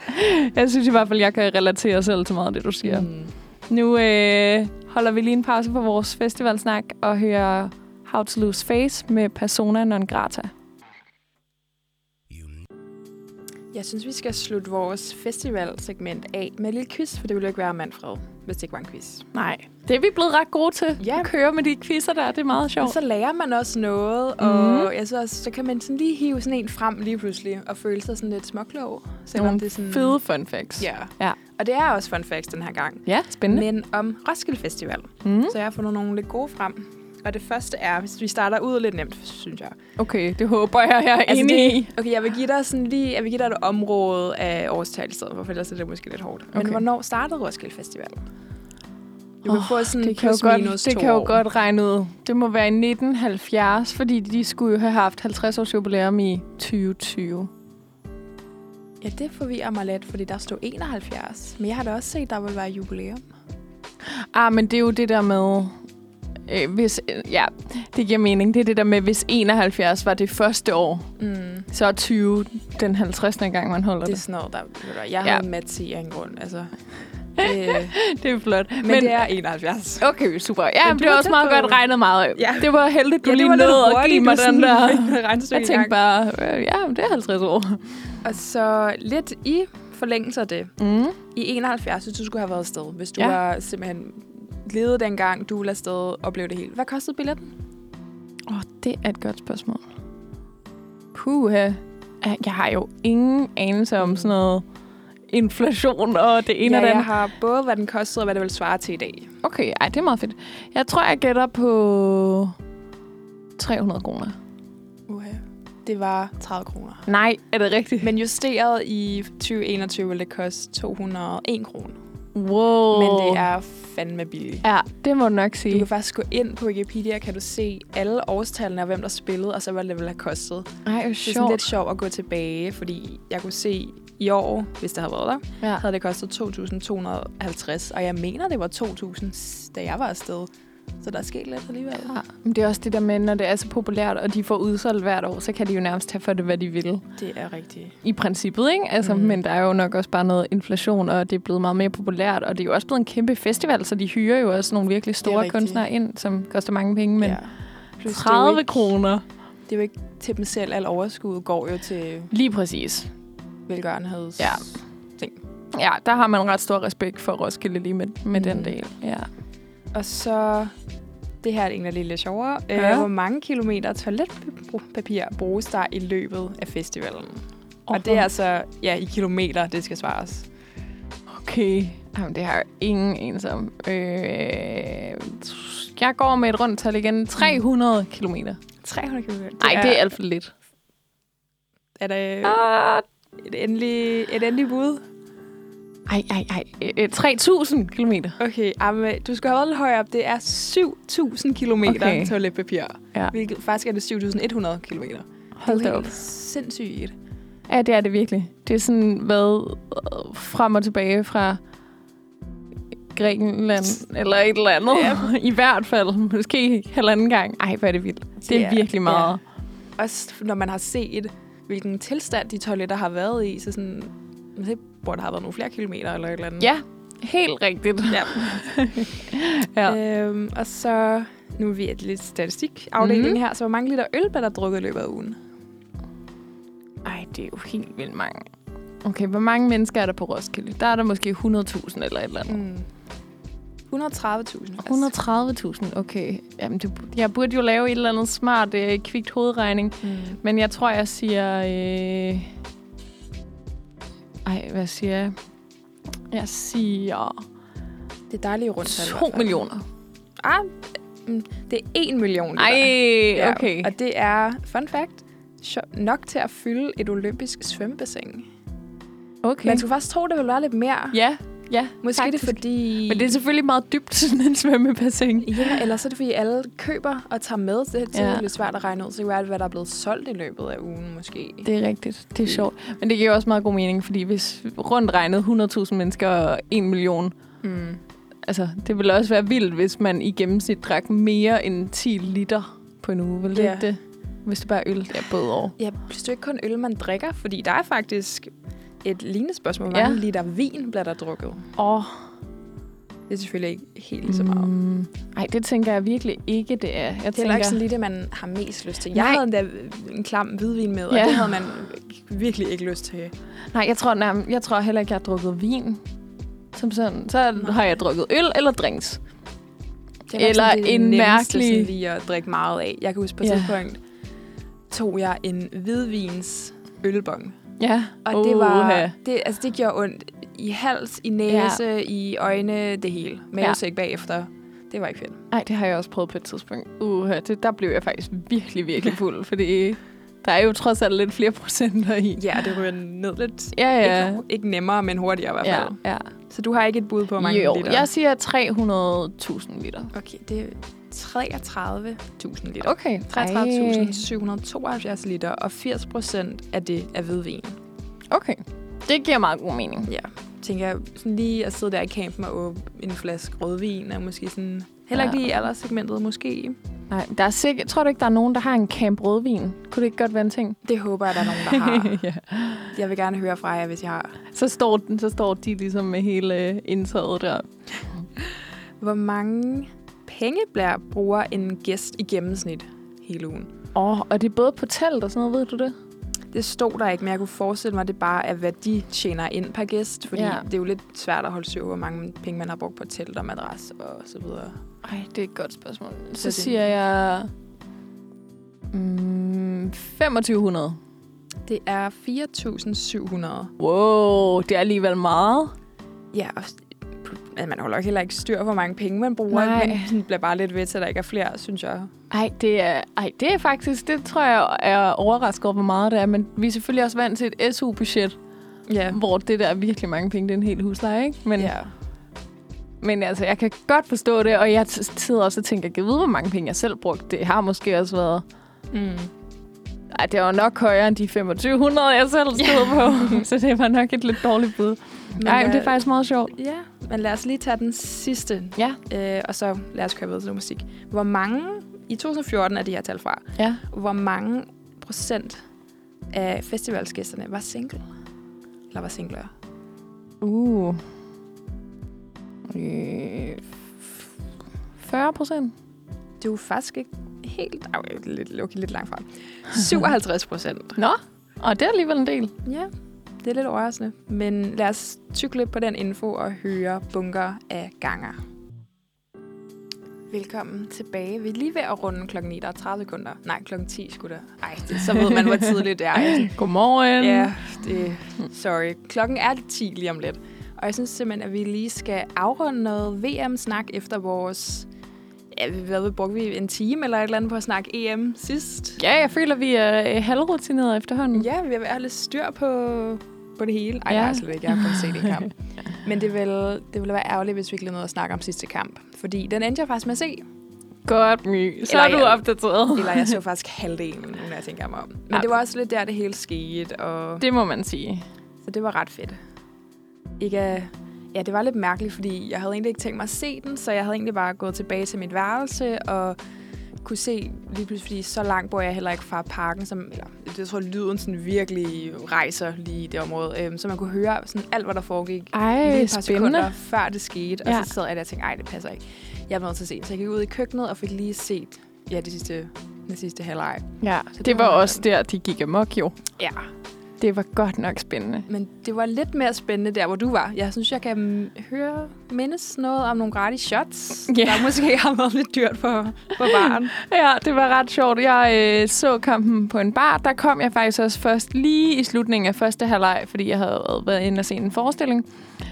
Jeg synes i hvert fald, jeg kan relatere selv til meget af det, du siger. Mm. Nu øh, holder vi lige en pause på vores festivalsnak og hører How to Lose Face med Persona non grata. Jeg synes, vi skal slutte vores festivalsegment af med et lille quiz, for det ville jo ikke være Manfred, hvis det ikke var en quiz. Nej, det er vi blevet ret gode til. Ja. At køre med de quizzer der, det er meget sjovt. Og så lærer man også noget, mm. og jeg synes også, så kan man sådan lige hive sådan en frem lige pludselig, og føle sig sådan lidt småklog. Nogle det er sådan fede fun facts. Ja. ja, og det er også fun facts den her gang. Ja, spændende. Men om Roskilde Festival. Mm. Så jeg har fundet nogle lidt gode frem. Og det første er, hvis vi starter ud lidt nemt, synes jeg. Okay, det håber jeg, jeg er altså enig i. Okay, jeg vil give dig sådan lige, jeg vil give dig et område af årstal i stedet, for ellers er det måske lidt hårdt. Men okay. Hvornår startede Roskilde Festival? Du kan oh, få sådan det kan plus jo godt, minus det to kan jo år. godt regne ud. Det må være i nitten halvfjerds, fordi de skulle jo have haft halvtreds års jubilæum i tyve tyve. Ja, det forvirrer mig lidt, fordi der stod enoghalvfjerds. Men jeg har da også set, der vil være jubilæum. Ah, men det er jo det der med... Øh, hvis, ja, det giver mening. Det er det der med, hvis enoghalvfjerds var det første år, mm. så er tyve den halvtredsende gang, man holder det. Det er sådan noget, der... Jeg havde ja. mat i en grund, altså... Det, Det er flot. men, men det er enoghalvfjerds. Okay, super. Ja, Men du det var var også tæt meget på. godt regnet meget. Ja. Det var heldigt, du Ja, det lige var lidt nåede at hurtigt, give mig du den sådan der. fik noget regnestykke Jeg i tænkte gang. bare, øh, ja, det er halvtreds år. Og så lidt i forlængelse af det. Mm. I enoghalvfjerds, hvis du skulle have været afsted. Hvis du Ja. var simpelthen levet dengang, du ville afsted og blev det hele. Hvad kostede billetten? Åh, oh, det er et godt spørgsmål. Puha. Jeg har jo ingen anelse om sådan noget inflation og det ene Ja, og det jeg andet. har både, hvad den kostede, og hvad det vil svare til i dag. Okay, ej, det er meget fedt. Jeg tror, jeg gætter på tre hundrede kroner. Uh-huh. Det var tredive kroner. Nej, er det rigtigt? Men justeret i tyve enogtyve vil det koste to hundrede og en kroner. Wow. Men det er fandme billigt. Ja, det må du nok Du sige. kan faktisk gå ind på Wikipedia, kan du se alle årstallene og hvem der spillede, og så hvad det ville have kostet. Ej, hvor Det er sådan sjovt. lidt sjovt at gå tilbage, fordi jeg kunne se i år, hvis det havde været der, Ja. havde det kostet to tusind to hundrede og halvtreds, og jeg mener, det var to tusind, da jeg var afsted. Så der er sket lidt alligevel. Ja, men det er også det der med, når det er så populært, og de får udsolgt hvert år, så kan de jo nærmest tage for det, hvad de vil. Det er rigtigt. I princippet, ikke? Altså, Mm. mm. Men der er jo nok også bare noget inflation, og det er blevet meget mere populært, og det er jo også blevet en kæmpe festival, så de hyrer jo også nogle virkelig store rigtigt. kunstnere ind, som koster mange penge, men Ja. ja. Plus, det er jo tredive ikke- kroner. Det er jo ikke til dem selv. Al overskud går jo til Lige præcis. velgørenheds... Ja. ting. Ja, der har man ret stor respekt for Roskilde lige med, med mm. den Mm. del. Ja. Og så... Det her er egentlig lidt lidt sjovere. Ja. Ja. Øh, hvor mange kilometer toiletpapir bruges der i løbet af festivalen? Og Oh. det er altså ja, i kilometer, det skal svares. Okay. Jamen, det har jeg ingen anelse om. Øh, jeg går med et rundt tal igen. tre hundrede kilometer. tre hundrede kilometer. Nej, det er alt for lidt. Er det Ah, et endeligt, et endeligt bud? ej, ej, ej. Øh, tre tusind kilometer. Okay, amen, du skal have været lidt højere op. Det er syv tusind kilometer Okay. toiletpapir. Ja. Hvilket faktisk er det syv tusind et hundrede kilometer. Hold det da er op. helt sindssygt. Ja, det er det virkelig. Det er sådan, hvad øh, frem og tilbage fra Grækenland eller et eller andet. Ja. I hvert fald. Måske halvanden gang. Ej, hvor er det vildt. Det er Ja, virkelig meget. Også når man har set, hvilken tilstand de toiletter har været i, så sådan, det burde have været nogle flere kilometer eller et eller andet. Ja, helt rigtigt. Ja. Ja. Øhm, og så, nu er vi et lidt statistikafdeling Mhm. her, så hvor mange liter øl bliver der drukket i løbet af ugen? Ej, det er jo helt vildt mange. Okay, hvor mange mennesker er der på Roskilde? Der er der måske hundrede tusind eller et eller andet. Mm. et hundrede og tredive tusind. et hundrede og tredive tusind, okay. Jamen, det, jeg burde jo lave et eller andet smart, øh, kvikt hovedregning. Mm. Men jeg tror, jeg siger... Øh... Ej, hvad siger jeg? Jeg siger... Det er dejligt rundt. tal i to hvert fald. millioner. Ah, mm, det er en million liter. Ej, okay. Ja, og det er, fun fact, sjo- nok til at fylde et olympisk svømmebassin. Okay. Man skulle faktisk tro, det ville være lidt mere. Ja, ja. Måske faktisk. det er fordi... Men det er selvfølgelig meget dybt, sådan en svømmebassin. Ja, eller så er det fordi alle køber og tager med. Det, det er Ja. lidt svært at regne ud. Så det kan være, hvad der er blevet solgt i løbet af ugen måske. Det er rigtigt. Det er sjovt. Men det giver også meget god mening, fordi hvis rundt regnet hundrede tusind mennesker og en million, Mm. altså det ville også være vildt, hvis man i gennemsnit drak mere end ti liter på en uge. Vil det Ja. ikke det? Hvis det bare er øl, det er både år. Ja, plus det er ikke kun øl, man drikker, fordi der er faktisk et lignende spørgsmål. Hvor Ja. mange liter vin bliver der drukket? Åh, Det er selvfølgelig ikke helt lige så meget. Mm, ej, det tænker jeg virkelig ikke, det er. Jeg Det er tænker, heller ikke sådan lige det, man har mest lyst til. Jeg Nej. havde endda en klam hvidvin med, og Ja. det havde man virkelig ikke lyst til. nej, jeg tror, nærmest, jeg tror heller ikke, jeg har drukket vin. Som sådan. Så Nej. har jeg drukket øl eller drinks. Det er nok Eller sådan det en nemmeste mærkelig- sådan lige at drikke meget af. Jeg kan huske på et Ja. tidspunkt, tog jeg en hvidvins ølbong. Ja. Og det var, Uha. det, altså det gjorde ondt i hals, i næse, ja. i øjne, det hele. Mavesæk ja. bagefter. Det var ikke fedt. Nej, det har jeg også prøvet på et tidspunkt. Uha, det, der blev jeg faktisk virkelig, virkelig fuld. Fordi der er jo trods alt lidt flere procenter i. Ja, det ryger ned lidt. Ja, ja. Ikke, ikke nemmere, men hurtigere i hvert Ja, fald. ja. Så du har ikke et bud på, hvor mange Jo, liter? jeg siger tre hundrede tusind liter. Okay, det er treogtredive tusind liter. Okay. treogtredive tusind syv hundrede og tooghalvfjerds liter, og firs procent af det er hvidvin. Okay. Det giver meget god mening. Ja, tænker jeg sådan lige at sidde der i campen og åbne en flaske rødvin, er måske sådan... Heller ikke Ja. lige i alderssegmentet, måske. Nej, der er sikkert, tror du ikke, der er nogen, der har en camp rødvin? Kunne det ikke godt være en ting? Det håber jeg, der er nogen, der har. ja. Jeg vil gerne høre fra jer, hvis jeg har. Så står, den, så står de ligesom med hele indtaget der. Hvor mange penge bliver bruger en gæst i gennemsnit hele ugen? Åh, oh, og det er både på telt og sådan noget, ved du det? Det stod der ikke, men jeg kunne forestille mig, at det bare er, hvad de tjener ind per gæst. Fordi ja. det er jo lidt svært at holde styr på, hvor mange penge man har brugt på telt og madras og så videre. Ej, det er et godt spørgsmål. Så, så siger jeg mm, femogtyve hundrede. Det er fire tusind syv hundrede. Wow, det er alligevel meget. Ja, og man holder heller ikke styr på, hvor mange penge man bruger. Nej. Men det bliver bare lidt ved til, at der ikke er flere, synes jeg. Ej, det er, ej, det er faktisk, det tror jeg er overrasket over, hvor meget det er. Men vi er selvfølgelig også vant til et S U-budget, ja. hvor det der er virkelig mange penge, det er en hel husleje, ikke? Men, ja. men altså, jeg kan godt forstå det, og jeg sidder også og tænker, jeg ved, hvor mange penge jeg selv brugte. Det har måske også været... Mm. Ej, det var nok højere end de femogtyve hundrede, jeg selv stod på. Så det var nok et lidt dårligt bud. Nej, men det er faktisk meget sjovt. Ja, men lad os lige tage den sidste. Ja. Øh, og så lad os køre videre til musik. Hvor mange, i to tusind og fjorten er de her tal fra, ja. Hvor mange procent af festivalsgæsterne var single? Eller var singler? Uh. Øh, fyrre procent. Det er jo faktisk ikke helt... Au, lidt, okay, lidt langt fra. syvoghalvtreds procent. Nå, og det er alligevel en del. Ja, det er lidt overraskende. Men lad os tykke lidt på den info og høre bunker af ganger. Velkommen tilbage. Vi er lige ved at runde klokken ni. Der er tredive sekunder. Nej, klokken ti skulle der. Ej, det, så ved man, hvor tidligt det er. Godmorgen. Ja, det, sorry. Klokken er ti lige om lidt. Og jeg synes simpelthen, at vi lige skal afrunde noget V M-snak efter vores... Ja, hvad brugte vi? En time eller et eller andet på at snakke E M sidst? Ja, jeg føler, vi er halvrutinerede efterhånden. Ja, vi har lidt styr på, på det hele. Ej, ja. jeg har slet ikke. Jeg har kun set en kamp. Men det ville, det ville være ærgerligt, hvis vi ikke lige nåede at snakke om sidste kamp. Fordi den endte jeg faktisk med at se. Godt, My. Så er du jeg, opdateret. Eller jeg så faktisk halvdelen, når jeg tænker mig om. Men ja. det var også lidt der, det hele skete. Og det må man sige. Så det var ret fedt. Ikke... Ja, det var lidt mærkeligt, fordi jeg havde egentlig ikke tænkt mig at se den, så jeg havde egentlig bare gået tilbage til mit værelse og kunne se lige pludselig, fordi så langt bor jeg heller ikke fra parken, som, eller jeg tror, lyden sådan virkelig rejser lige i det område, øhm, så man kunne høre sådan alt, hvad der foregik Ej, lige et par spændende. sekunder, før det skete, og ja. så sad jeg der og tænkte, ej, det passer ikke. Jeg var nødt til at se den, så jeg gik ud i køkkenet og fik lige set ja, det sidste, det sidste halvleg. Ja, så det, det var, var også der, de gik amok jo. Ja. Det var godt nok spændende. Men det var lidt mere spændende der, hvor du var. Jeg synes, jeg kan høre, mindes noget om nogle gratis shots, yeah. der måske har været lidt dyrt for, for baren. Ja, det var ret sjovt. Jeg øh, så kampen på en bar. Der kom jeg faktisk også først lige i slutningen af første halvleg, fordi jeg havde været inde og se en forestilling.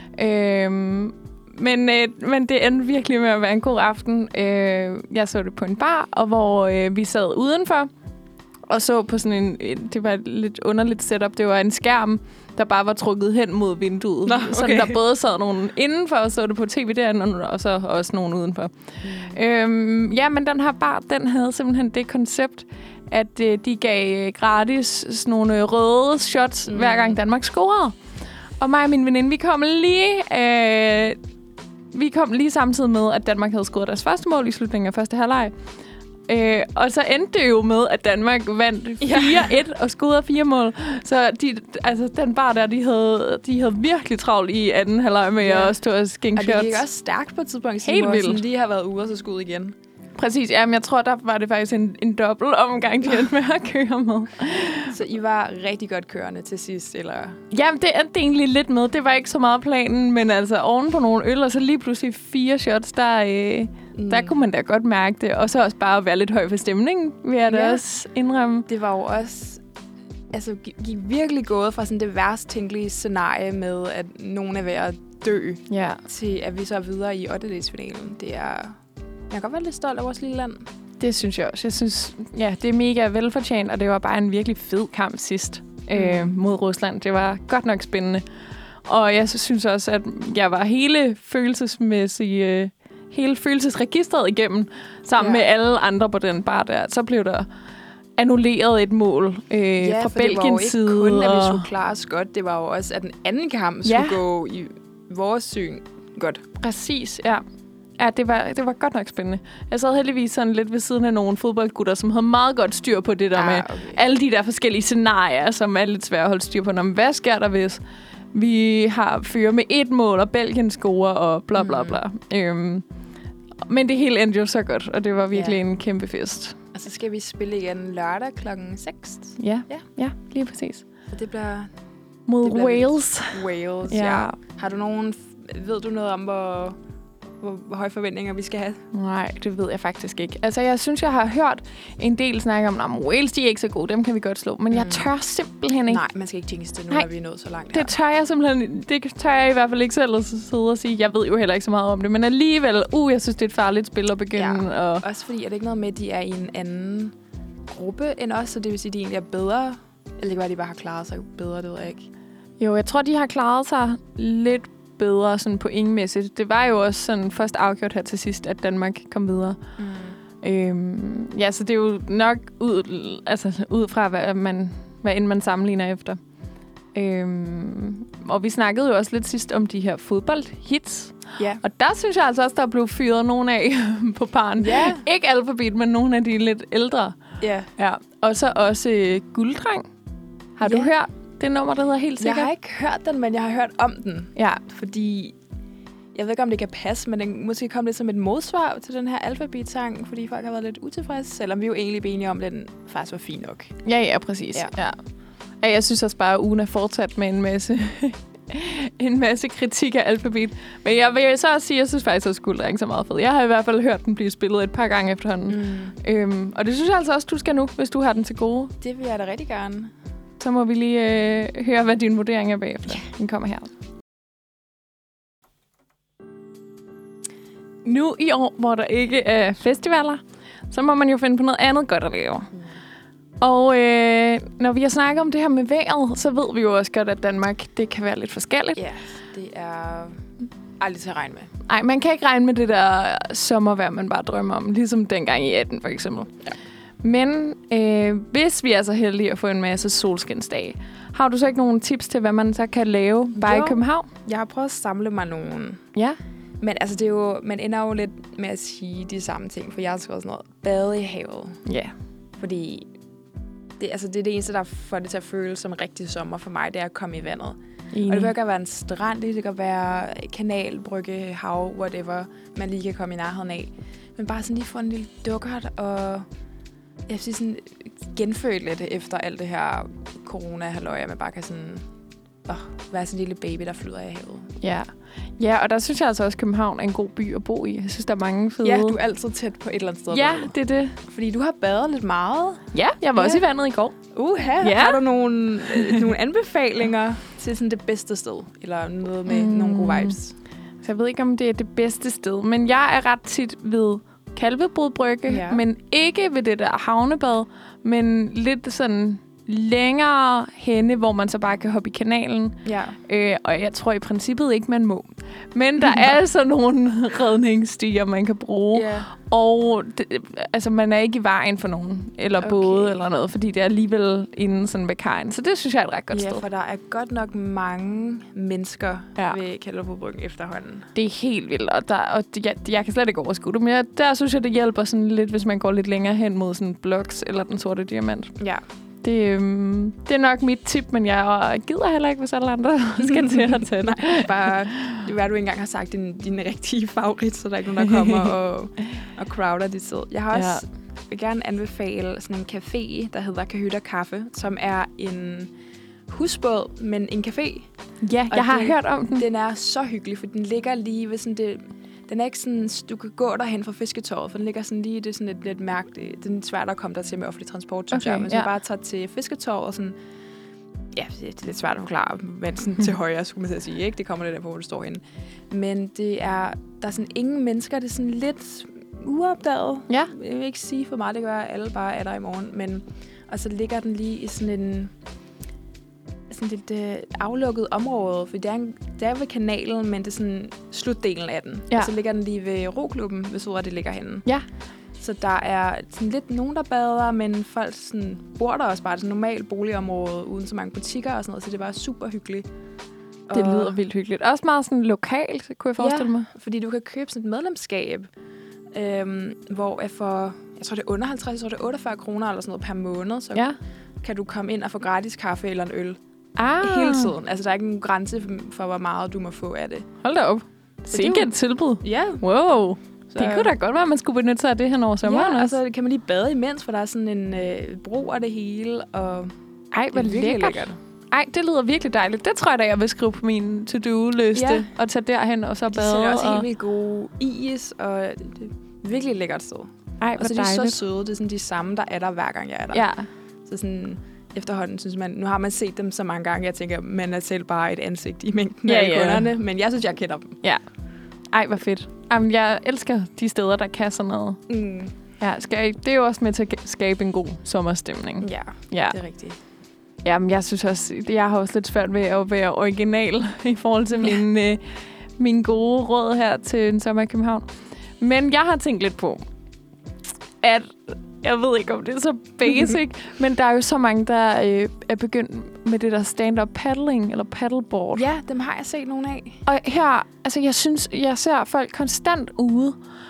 Øhm, men, øh, men det endte virkelig med at være en god aften. Øh, jeg så det på en bar, og hvor øh, vi sad udenfor. Og så på sådan en, det var et lidt underligt setup. Det var en skærm, der bare var trukket hen mod vinduet. Nå, okay. Så der både sad nogen indenfor og så det på tv derinde, og så også nogen udenfor. Mm. Øhm, ja, men den her bar, den havde simpelthen det koncept, at øh, de gav gratis sådan nogle røde shots, mm. hver gang Danmark scorede. Og mig og min veninde, vi kom lige... Øh, vi kom lige samtidig med, at Danmark havde scoret deres første mål i slutningen af første halvleg. Øh, og så endte det jo med, at Danmark vandt fire et og scorede fire mål. Så de, altså, den bar der, de havde, de havde virkelig travlt i anden halvleg med ja. at stå og skænke shots. Og det gik også stærkt på et tidspunkt, helt vildt. Sådan lige har været ude og så skud igen. Præcis, ja, men jeg tror, der var det faktisk en, en dobbelt omgang, de endte med at køre med. Så I var rigtig godt kørende til sidst, eller? Jamen, det endte egentlig lidt med. Det var ikke så meget planen, men altså oven på nogle øl, og så lige pludselig fire shots, der, øh, mm. der kunne man da godt mærke det. Og så også bare være lidt høj for stemningen, vil jeg da ja. også indrømme. Det var jo også... Altså, gik virkelig gået fra sådan det værst tænkelige scenarie med, at nogen er ved at dø, ja. til at vi så er videre i ottendedelsfinalen. Det er... Jeg kan godt være lidt stolt af vores lille land. Det synes jeg også. Jeg synes, ja, det er mega velfortjent, og det var bare en virkelig fed kamp sidst mm. øh, mod Rusland. Det var godt nok spændende. Og jeg synes også, at jeg var hele følelsesmæssigt, øh, hele følelsesregistret igennem, sammen ja. med alle andre på den bar der. Så blev der annulleret et mål øh, ja, fra Belgiens side. det var jo ikke kun, at vi og... skulle klare os godt. Det var jo også, at den anden kamp skulle ja. gå i vores syn godt. Præcis, ja. Ja, det var, det var godt nok spændende. Jeg sad heldigvis sådan lidt ved siden af nogle fodboldgutter, som havde meget godt styr på det der ah, med okay. alle de der forskellige scenarier, som er lidt svære at holde styr på. Nå, men hvad sker der, hvis vi har fyre med et mål, og Belgien scorer, og bla bla bla. Mm. Øhm, men det hele endte jo så godt, og det var virkelig yeah. en kæmpe fest. Og så skal vi spille igen lørdag klokken seks. Ja, ja, ja, lige præcis. Og det bliver... Mod det bliver Wales. Wales, ja. ja. Har du nogen... Ved du noget om, hvor... Hvor, hvor høje forventninger vi skal have? Nej, det ved jeg faktisk ikke. Altså, jeg synes, jeg har hørt en del snakke om, at Wales, de er ikke så gode, dem kan vi godt slå. Men mm. jeg tør simpelthen ikke. Nej, man skal ikke tænke det nu, Nej, når vi er nået så langt her. Det tør jeg simpelthen, det tør jeg i hvert fald ikke selv at sidde og sige. Jeg ved jo heller ikke så meget om det, men alligevel, uh, jeg synes, det er et farligt spil at begynde. Ja. Og også fordi, er det ikke noget med, at de er i en anden gruppe end os, så det vil sige, at de egentlig er bedre? Eller det var, at de bare har klaret sig bedre, det ved jeg ikke. Jo, jeg tror, de har klaret sig lidt bedre sådan pointmæssigt. Det var jo også sådan først afgjort her til sidst, at Danmark kom videre. Mm. Øhm, ja, så det er jo nok ud, altså, ud fra, hvad, man, hvad end man sammenligner efter. Øhm, og vi snakkede jo også lidt sidst om de her fodboldhits. Yeah. Og der synes jeg altså også, der er blevet fyret nogen af på paren. Yeah. Ikke alfabet, men nogle af de lidt ældre. Yeah. Ja. Og så også øh, Gulddreng. Har yeah. du hørt det nummer, der hedder Helt Sikkert? Jeg har ikke hørt den, men jeg har hørt om den. Ja. Fordi, jeg ved ikke, om det kan passe, men den måske kom lidt som et modsvar til den her alfabet-sang, fordi folk har været lidt utilfredse, selvom vi jo egentlig blev enige om, at den faktisk var fin nok. Ja, ja, præcis. Ja. Ja. Ja, jeg synes også bare, at ugen er fortsat med en masse, en masse kritik af alfabet. Men jeg vil så også sige, at jeg synes faktisk, at Gulddreng så meget fed. Jeg har i hvert fald hørt den blive spillet et par gange efterhånden. Mm. Øhm, og det synes jeg altså også, du skal nu, hvis du har den til gode. Det vil jeg da rigtig gerne. Så må vi lige øh, høre, hvad din vurdering er bagefter. Den kommer her. Nu i år, hvor der ikke er festivaler, så må man jo finde på noget andet godt at lave. Mm. Og øh, når vi har snakket om det her med vejret, så ved vi jo også godt, at Danmark, det kan være lidt forskelligt. Ja, det er aldrig til at regne med. Nej, man kan ikke regne med det der sommervejr, man bare drømmer om. Ligesom dengang i atten for eksempel. Ja. Men øh, hvis vi er så heldige at få en masse solskinsdage, har du så ikke nogle tips til, hvad man så kan lave bare jo, i København? Jeg har prøvet at samle mig nogle. Ja. Men altså, det er jo, man ender jo lidt med at sige de samme ting, for jeg har skrevet sådan noget. Bade i havet. Ja. Fordi det, altså, det er det eneste, der får det til at føles som rigtig sommer for mig, det er at komme i vandet. Enig. Og det kan godt være en strand, det kan være kanal, brygge, hav, whatever, man lige kan komme i nærheden af. Men bare sådan lige få en lille dukkert og... Jeg vil sige sådan genfødt lidt efter alt det her corona-halløj, man bare kan sådan åh, være sådan en lille baby, der flyder i havet. Ja. Ja, og der synes jeg altså også, at København er en god by at bo i. Jeg synes, der er mange fede... Ja, du er altid tæt på et eller andet sted. Ja, det er det. Fordi du har badet lidt meget. Ja, jeg var ja. også i vandet i går. Uha, ja. Har du nogle, øh, nogle anbefalinger til sådan det bedste sted? Eller noget med mm. nogle gode vibes? Så jeg ved ikke, om det er det bedste sted, men jeg er ret tit ved Kalvebod Brygge, ja. men ikke ved det der havnebad, men lidt sådan længere henne, hvor man så bare kan hoppe i kanalen. Ja. Øh, og jeg tror i princippet ikke, man må. Men der er altså nogle redningsstier, man kan bruge. Yeah. Og det, altså, man er ikke i vejen for nogen, eller okay. både eller noget, fordi det er alligevel inden sådan ved kajen. Så det synes jeg er et ret godt ja, sted. Ja, for der er godt nok mange mennesker ja. ved Kalvebodbryggen efterhånden. Det er helt vildt, og, der, og det, jeg, jeg kan slet ikke overskue det. Men jeg, der synes jeg, det hjælper sådan lidt, hvis man går lidt længere hen mod sådan Bloks eller Den Sorte Diamant. Ja. Det, øhm, det er nok mit tip, men jeg gider heller ikke, hvis alle andre skal til at tage det. Nej, bare, det er du ikke engang har sagt, din, din rigtige favorit, så der er ikke nogen, der kommer og, og crowder dit sted. Jeg har også ja. vil gerne anbefale sådan en café, der hedder Kahytter Kaffe, som er en husbåd, men en café. Ja, og jeg har den, hørt om den. Den er så hyggelig, for den ligger lige ved sådan det... Den er ikke sådan, du kan gå derhen fra Fisketorvet, for den ligger sådan lige, det er sådan et lidt mærkeligt, det er svært at komme der til med offentlig transport, synes okay, jeg. Men så ja. bare tager til Fisketorvet og sådan, ja, det er lidt svært at forklare, men sådan til højre, skulle man til at sige, ikke? Det kommer lidt af på, hvor du står henne. Men det er, der er sådan ingen mennesker, det er sådan lidt uopdaget. Ja. Jeg vil ikke sige for meget, det gør alle bare er der i morgen, men, og så ligger den lige i sådan en, sådan lidt øh, aflukket område, for det er, en, det er ved kanalen, men det er sådan slutdelen af den. Ja. Og så ligger den lige ved roklubben, hvis hvor det ligger henne. Ja. Så der er sådan lidt nogen, der bader, men folk sådan, bor der også bare. Det er et normalt boligområde, uden så mange butikker og sådan noget, så det er bare super hyggeligt. Det lyder vildt hyggeligt. Også meget sådan lokalt, kunne jeg forestille ja, mig. fordi du kan købe sådan et medlemskab, øhm, hvor jeg for, jeg tror det er under halvtreds, jeg tror det er otteogfyrre kroner eller sådan noget per måned, så ja. kan du komme ind og få gratis kaffe eller en øl. Ah. Hele tiden. Altså, der er ikke nogen grænse for, hvor meget du må få af det. Hold da op. Sikke et tilbud. Ja. Wow. Så, det kunne da godt være, at man skulle benytte sig af det her over sommeren. Ja, og så kan man lige bade imens, for der er sådan en øh, bro af det hele. Og ej, hvor lækkert. lækkert. Ej, det lyder virkelig dejligt. Det tror jeg da, jeg vil skrive på min to-do-liste. Ja. Og tage derhen og så bade. Det er også og... helt vildt gode is, og det er virkelig lækkert sted. Ej, hvor og så dejligt. er de så søde. Det er sådan de samme, der er der hver gang jeg er der. Ja. Så sådan... Efterhånden synes man, nu har man set dem så mange gange, jeg tænker, man er selv bare et ansigt i mængden ja, af ja. kunderne, men jeg synes, jeg kender dem. Ja. Ej, hvor fedt. Jamen, jeg elsker de steder, der kan sådan noget. Mm. Ja, skal, det er jo også med til at skabe en god sommerstemning. Ja, ja. det er rigtigt. Jamen, jeg synes også, jeg har også lidt svært ved at være original i forhold til ja. min, øh, min gode råd her til en sommer i København. Men jeg har tænkt lidt på, at jeg ved ikke, om det er så basic, men der er jo så mange, der øh, er begyndt med det der stand-up paddling, eller paddleboard. Ja, dem har jeg set nogle af. Og her, altså jeg synes, jeg ser folk konstant ude.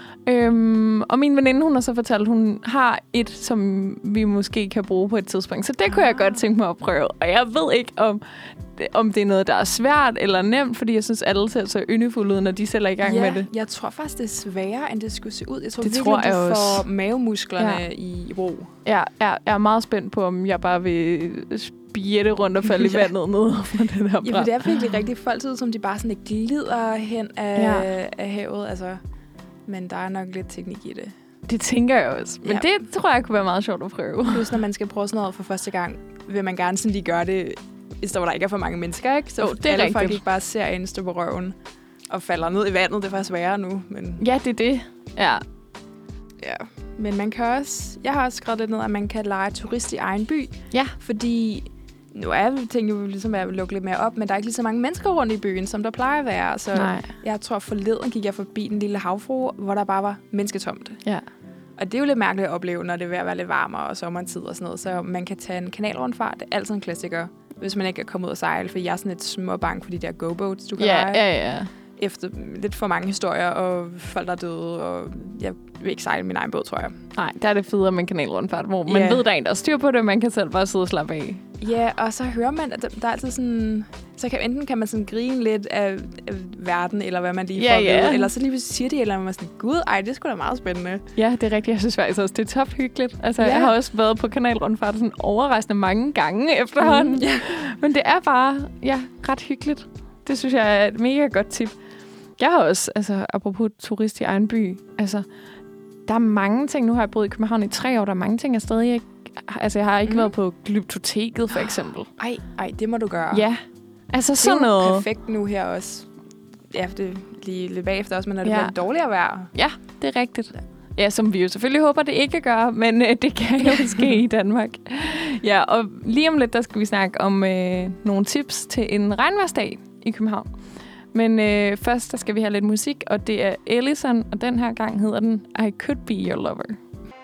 Øhm, og min veninde, hun har så fortalt, hun har et, som vi måske kan bruge på et tidspunkt. Så det kunne ah. jeg godt tænke mig at prøve. Og jeg ved ikke, om, om det er noget, der er svært eller nemt, fordi jeg synes, alle ser så yndefulde ud, når de selv er i gang ja, med det. Jeg tror faktisk, det er sværere, end det skulle se ud. Jeg tror det virkelig, tror jeg du får også. mavemusklerne ja. i ro. Ja, jeg er meget spændt på, om jeg bare vil spjætte rundt og falde ja. i vandet ned fra det der bræt. Ja, for det er virkelig rigtigt. Folk ser ud, som de bare sådan lidt glider hen af, ja. af havet. Altså, men der er nok lidt teknik i det. Det tænker jeg også. Men ja. det tror jeg kunne være meget sjovt at prøve. Plus, når man skal prøve sådan noget for første gang, vil man gerne sådan lige gøre det, i stedet hvor der ikke er for mange mennesker, ikke? Så oh, det er alle rigtigt. Folk ikke bare ser en stå på røven og falder ned i vandet. Det er faktisk sværere nu. Men... Ja, det er det. Ja. Ja. Men man kan også... Jeg har også skrevet det ned, at man kan lege turist i egen by. Ja. Fordi... Nu er jeg tænkt jo ligesom at lukke lidt mere op, men der er ikke lige så mange mennesker rundt i byen, som der plejer at være. Så Nej. Jeg tror, forleden gik jeg forbi den lille havfrue, hvor der bare var mennesketomt. Ja. Og det er jo lidt mærkeligt at opleve, når det er ved at være lidt varmere og sommertid og sådan noget. Så man kan tage en kanalrundfart. Det er altid en klassiker, hvis man ikke er kommet ud og sejle. For jeg er sådan et småbange for de der go-boats, du kan ja, lege. Ja, ja, Efter lidt for mange historier, og folk, der er døde, og jeg vil ikke sejle min egen båd, tror jeg. Nej, der er det federe med en kanalrundfart, hvor man yeah. ved, der er en, der styr på det, man kan selv bare sidde og slappe af. Ja, og så hører man, at der er altid sådan... Så kan, enten kan man sådan grine lidt af, af verden, eller hvad man lige yeah, får yeah. ved, eller så lige siger de, eller man er sådan, gud, ej, det er sgu da meget spændende. Ja, det er rigtigt. Jeg synes faktisk også, det er tophyggeligt. Altså, yeah. jeg har også været på kanalrundfart sådan overraskende mange gange efterhånden. Mm, yeah. Men det er bare, ja, ret hyggeligt. Det synes jeg er et mega godt tip. Jeg har også, altså apropos turist i egen by, altså der er mange ting, nu har jeg boet i København i tre år, der er mange ting, jeg stadig ikke, altså jeg har ikke mm. været på Glyptoteket for eksempel. Ej, ej, det må du gøre. Ja, altså sådan noget. Det er jo perfekt nu her også. Ja, det er lige lidt bagefter også, men når det ja. bliver dårligere vejr. Ja, det er rigtigt. Ja, som vi jo selvfølgelig håber, det ikke gør, men øh, det kan jo ske i Danmark. Ja, og lige om lidt, der skal vi snakke om øh, nogle tips til en regnvejrsdag i København. Men øh, først, der skal vi have lidt musik, og det er Ellison, og den her gang hedder den I Could Be Your Lover.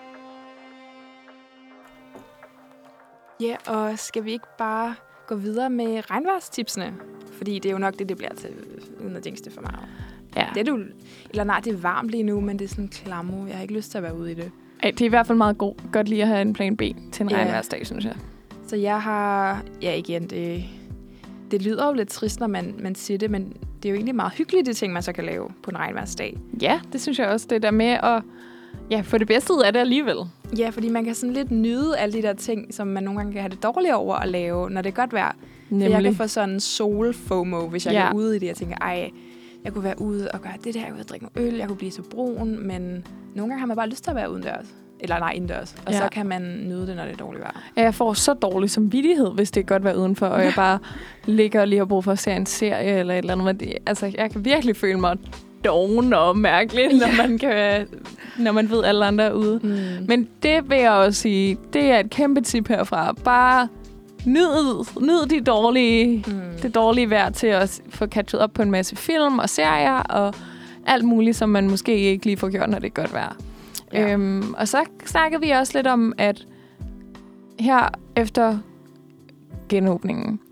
Ja, og skal vi ikke bare gå videre med regnvejrstipsene? Fordi det er jo nok det, det bliver til, uden at jinx det for meget. Ja. Det er du, eller nej, det er varmt lige nu, men det er sådan klammer. Jeg har ikke lyst til at være ude i det. Ej, det er i hvert fald meget god, godt lige at have en plan B til en ja. regnvejrsdag, synes jeg. Så jeg har, ja igen, det, det lyder jo lidt trist, når man, man siger det, men det er jo egentlig meget hyggeligt, de ting, man så kan lave på en regnvejrsdag. Ja, det synes jeg også. Det der med at ja, få det bedste ud af det alligevel. Ja, fordi man kan sådan lidt nyde alle de der ting, som man nogle gange kan have det dårligt over at lave, når det er godt vejr. Nemlig. For jeg kan få sådan sol-FOMO, hvis jeg ja. er ude i det. Jeg tænker, ej, jeg kunne være ude og gøre det der, jeg kunne drikke noget øl, jeg kunne blive så brun, men nogle gange har man bare lyst til at være udendørs. Eller nej, indendørs. Og ja. så kan man nyde det, når det er dårligt vejr. Ja, jeg får så dårlig samvittighed, hvis det er godt vejr udenfor, og jeg bare ligger og lige har brug for at se en serie eller et eller andet. Det, altså, jeg kan virkelig føle mig doven og mærkelig, ja. når, man kan, når man ved, at alle andre er ude. Mm. Men det vil jeg også sige, det er et kæmpe tip herfra. Bare nyd, nyd de dårlige, mm. det dårlige vejr til at få catchet op på en masse film og serier og alt muligt, som man måske ikke lige får gjort, når det er godt vejr. Ja. Øhm, og så snakkede vi også lidt om, at her efter genåbningen,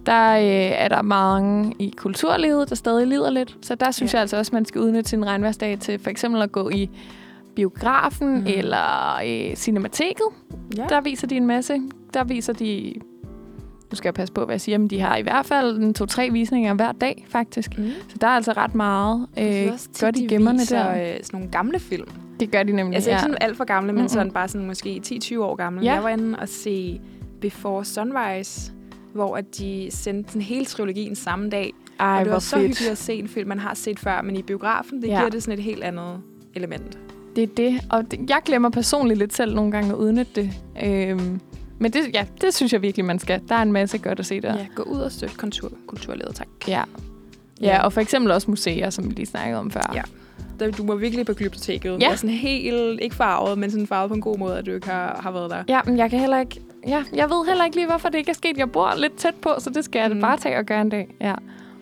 der øh, er der mange i kulturlivet, der stadig lider lidt. Så der synes ja. jeg altså også, at man skal udnytte sin regnværsdag til for eksempel at gå i biografen mm. eller øh, cinemateket. Ja. Der viser de en masse. Der viser de... Nu skal jeg passe på, hvad jeg siger, men de har i hvert fald en to-tre visninger hver dag, faktisk. Mm. Så der er altså ret meget øh, godt i gemmerne viser, der. Øh, sådan nogle gamle film. Det gør de nemlig, altså ja. ikke sådan alt for gamle, men mm-hmm. sådan bare sådan måske ti til tyve år gamle. Ja. Jeg var inde og se Before Sunrise, hvor at de sendte den hele trilogien samme dag. Ej, og det var så så hyggeligt at se en film, man har set før, men i biografen, det ja. giver det sådan et helt andet element. Det er det, og det, jeg glemmer personligt lidt selv nogle gange at udnytte det. Øhm, men det, ja, det synes jeg virkelig, man skal. Der er en masse godt at se der. Ja, gå ud og støtte kultur, kulturlivet, tak. Ja. Ja, og for eksempel også museer, som vi lige snakkede om før. Ja. Du må virkelig på glyptoteket. Ja. Det er sådan helt, ikke farvet, men sådan farvet på en god måde, at du ikke har, har været der. Ja, men jeg kan heller ikke... Ja, jeg ved heller ikke lige, hvorfor det ikke er sket. Jeg bor lidt tæt på, så det skal jeg mm. bare tage og gøre en dag. Ja,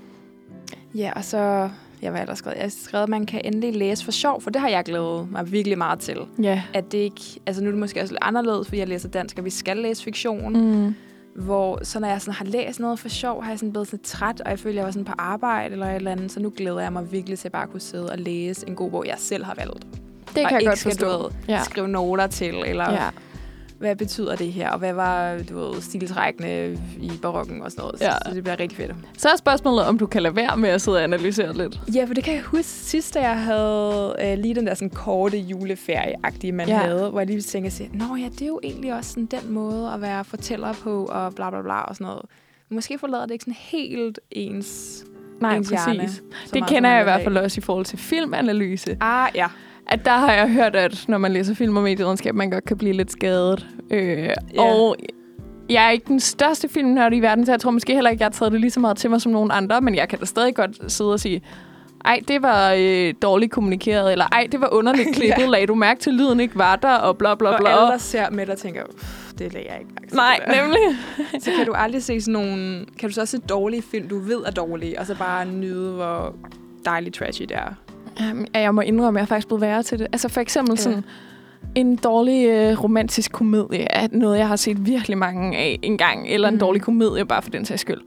ja og så... Jeg var ellers skrevet, jeg har skrevet, at man kan endelig læse for sjov, for det har jeg glædet mig virkelig meget til. Ja. At det ikke... Altså nu er det måske også lidt anderledes, fordi jeg læser dansk, og vi skal læse fiktion. Mm. Hvor så når jeg sådan har læst noget for sjov, har jeg sådan blevet sådan træt, og jeg føler, jeg var sådan på arbejde eller et eller andet. Så nu glæder jeg mig virkelig til at bare kunne sidde og læse en god bog, jeg selv har valgt. Det kan og jeg ikke godt skal, forstå. Du ved, ja. skrive noter til, eller ja. hvad betyder det her, og hvad var du ved, stiltrækkende i barokken og sådan noget. Ja. Så det bliver rigtig fedt. Så er spørgsmålet, om du kan lade være med at sidde og analysere lidt. Ja, for det kan jeg huske sidst, da jeg havde øh, lige den der sådan korte juleferie-agtige, man ja. havde, hvor jeg lige tænkte, nå ja, det er jo egentlig også sådan den måde at være fortæller på, og bla bla bla og sådan noget. Måske forlader det ikke sådan helt ens Nej, ens præcis. hjerne, det kender jeg i hvert fald også i forhold til filmanalyse. Ah, ja. At der har jeg hørt, at når man læser film og medievidenskab, man godt kan blive lidt skadet. Øh, yeah. Og jeg er ikke den største filmnørd i verden, så jeg tror måske heller ikke, jeg har taget det lige så meget til mig som nogen andre, men jeg kan da stadig godt sidde og sige, ej, det var øh, dårligt kommunikeret, eller ej, det var underligt klippet, ja. Lagde du mærke til, at lyden ikke var der, og bla bla bla. Og alle, der ser med dig, tænker, det lader jeg ikke mærke til. Nej, nemlig. Så kan du aldrig se sådan nogle, kan du så også se dårlige film, du ved er dårlige, og så bare nyde, hvor dejligt trashy det er. Um, jeg må indrømme, at jeg er faktisk blevet værre til det. Altså for eksempel sådan ja. en dårlig øh, romantisk komedie er noget, jeg har set virkelig mange af en gang. Eller en mm. dårlig komedie, bare for den sags skyld.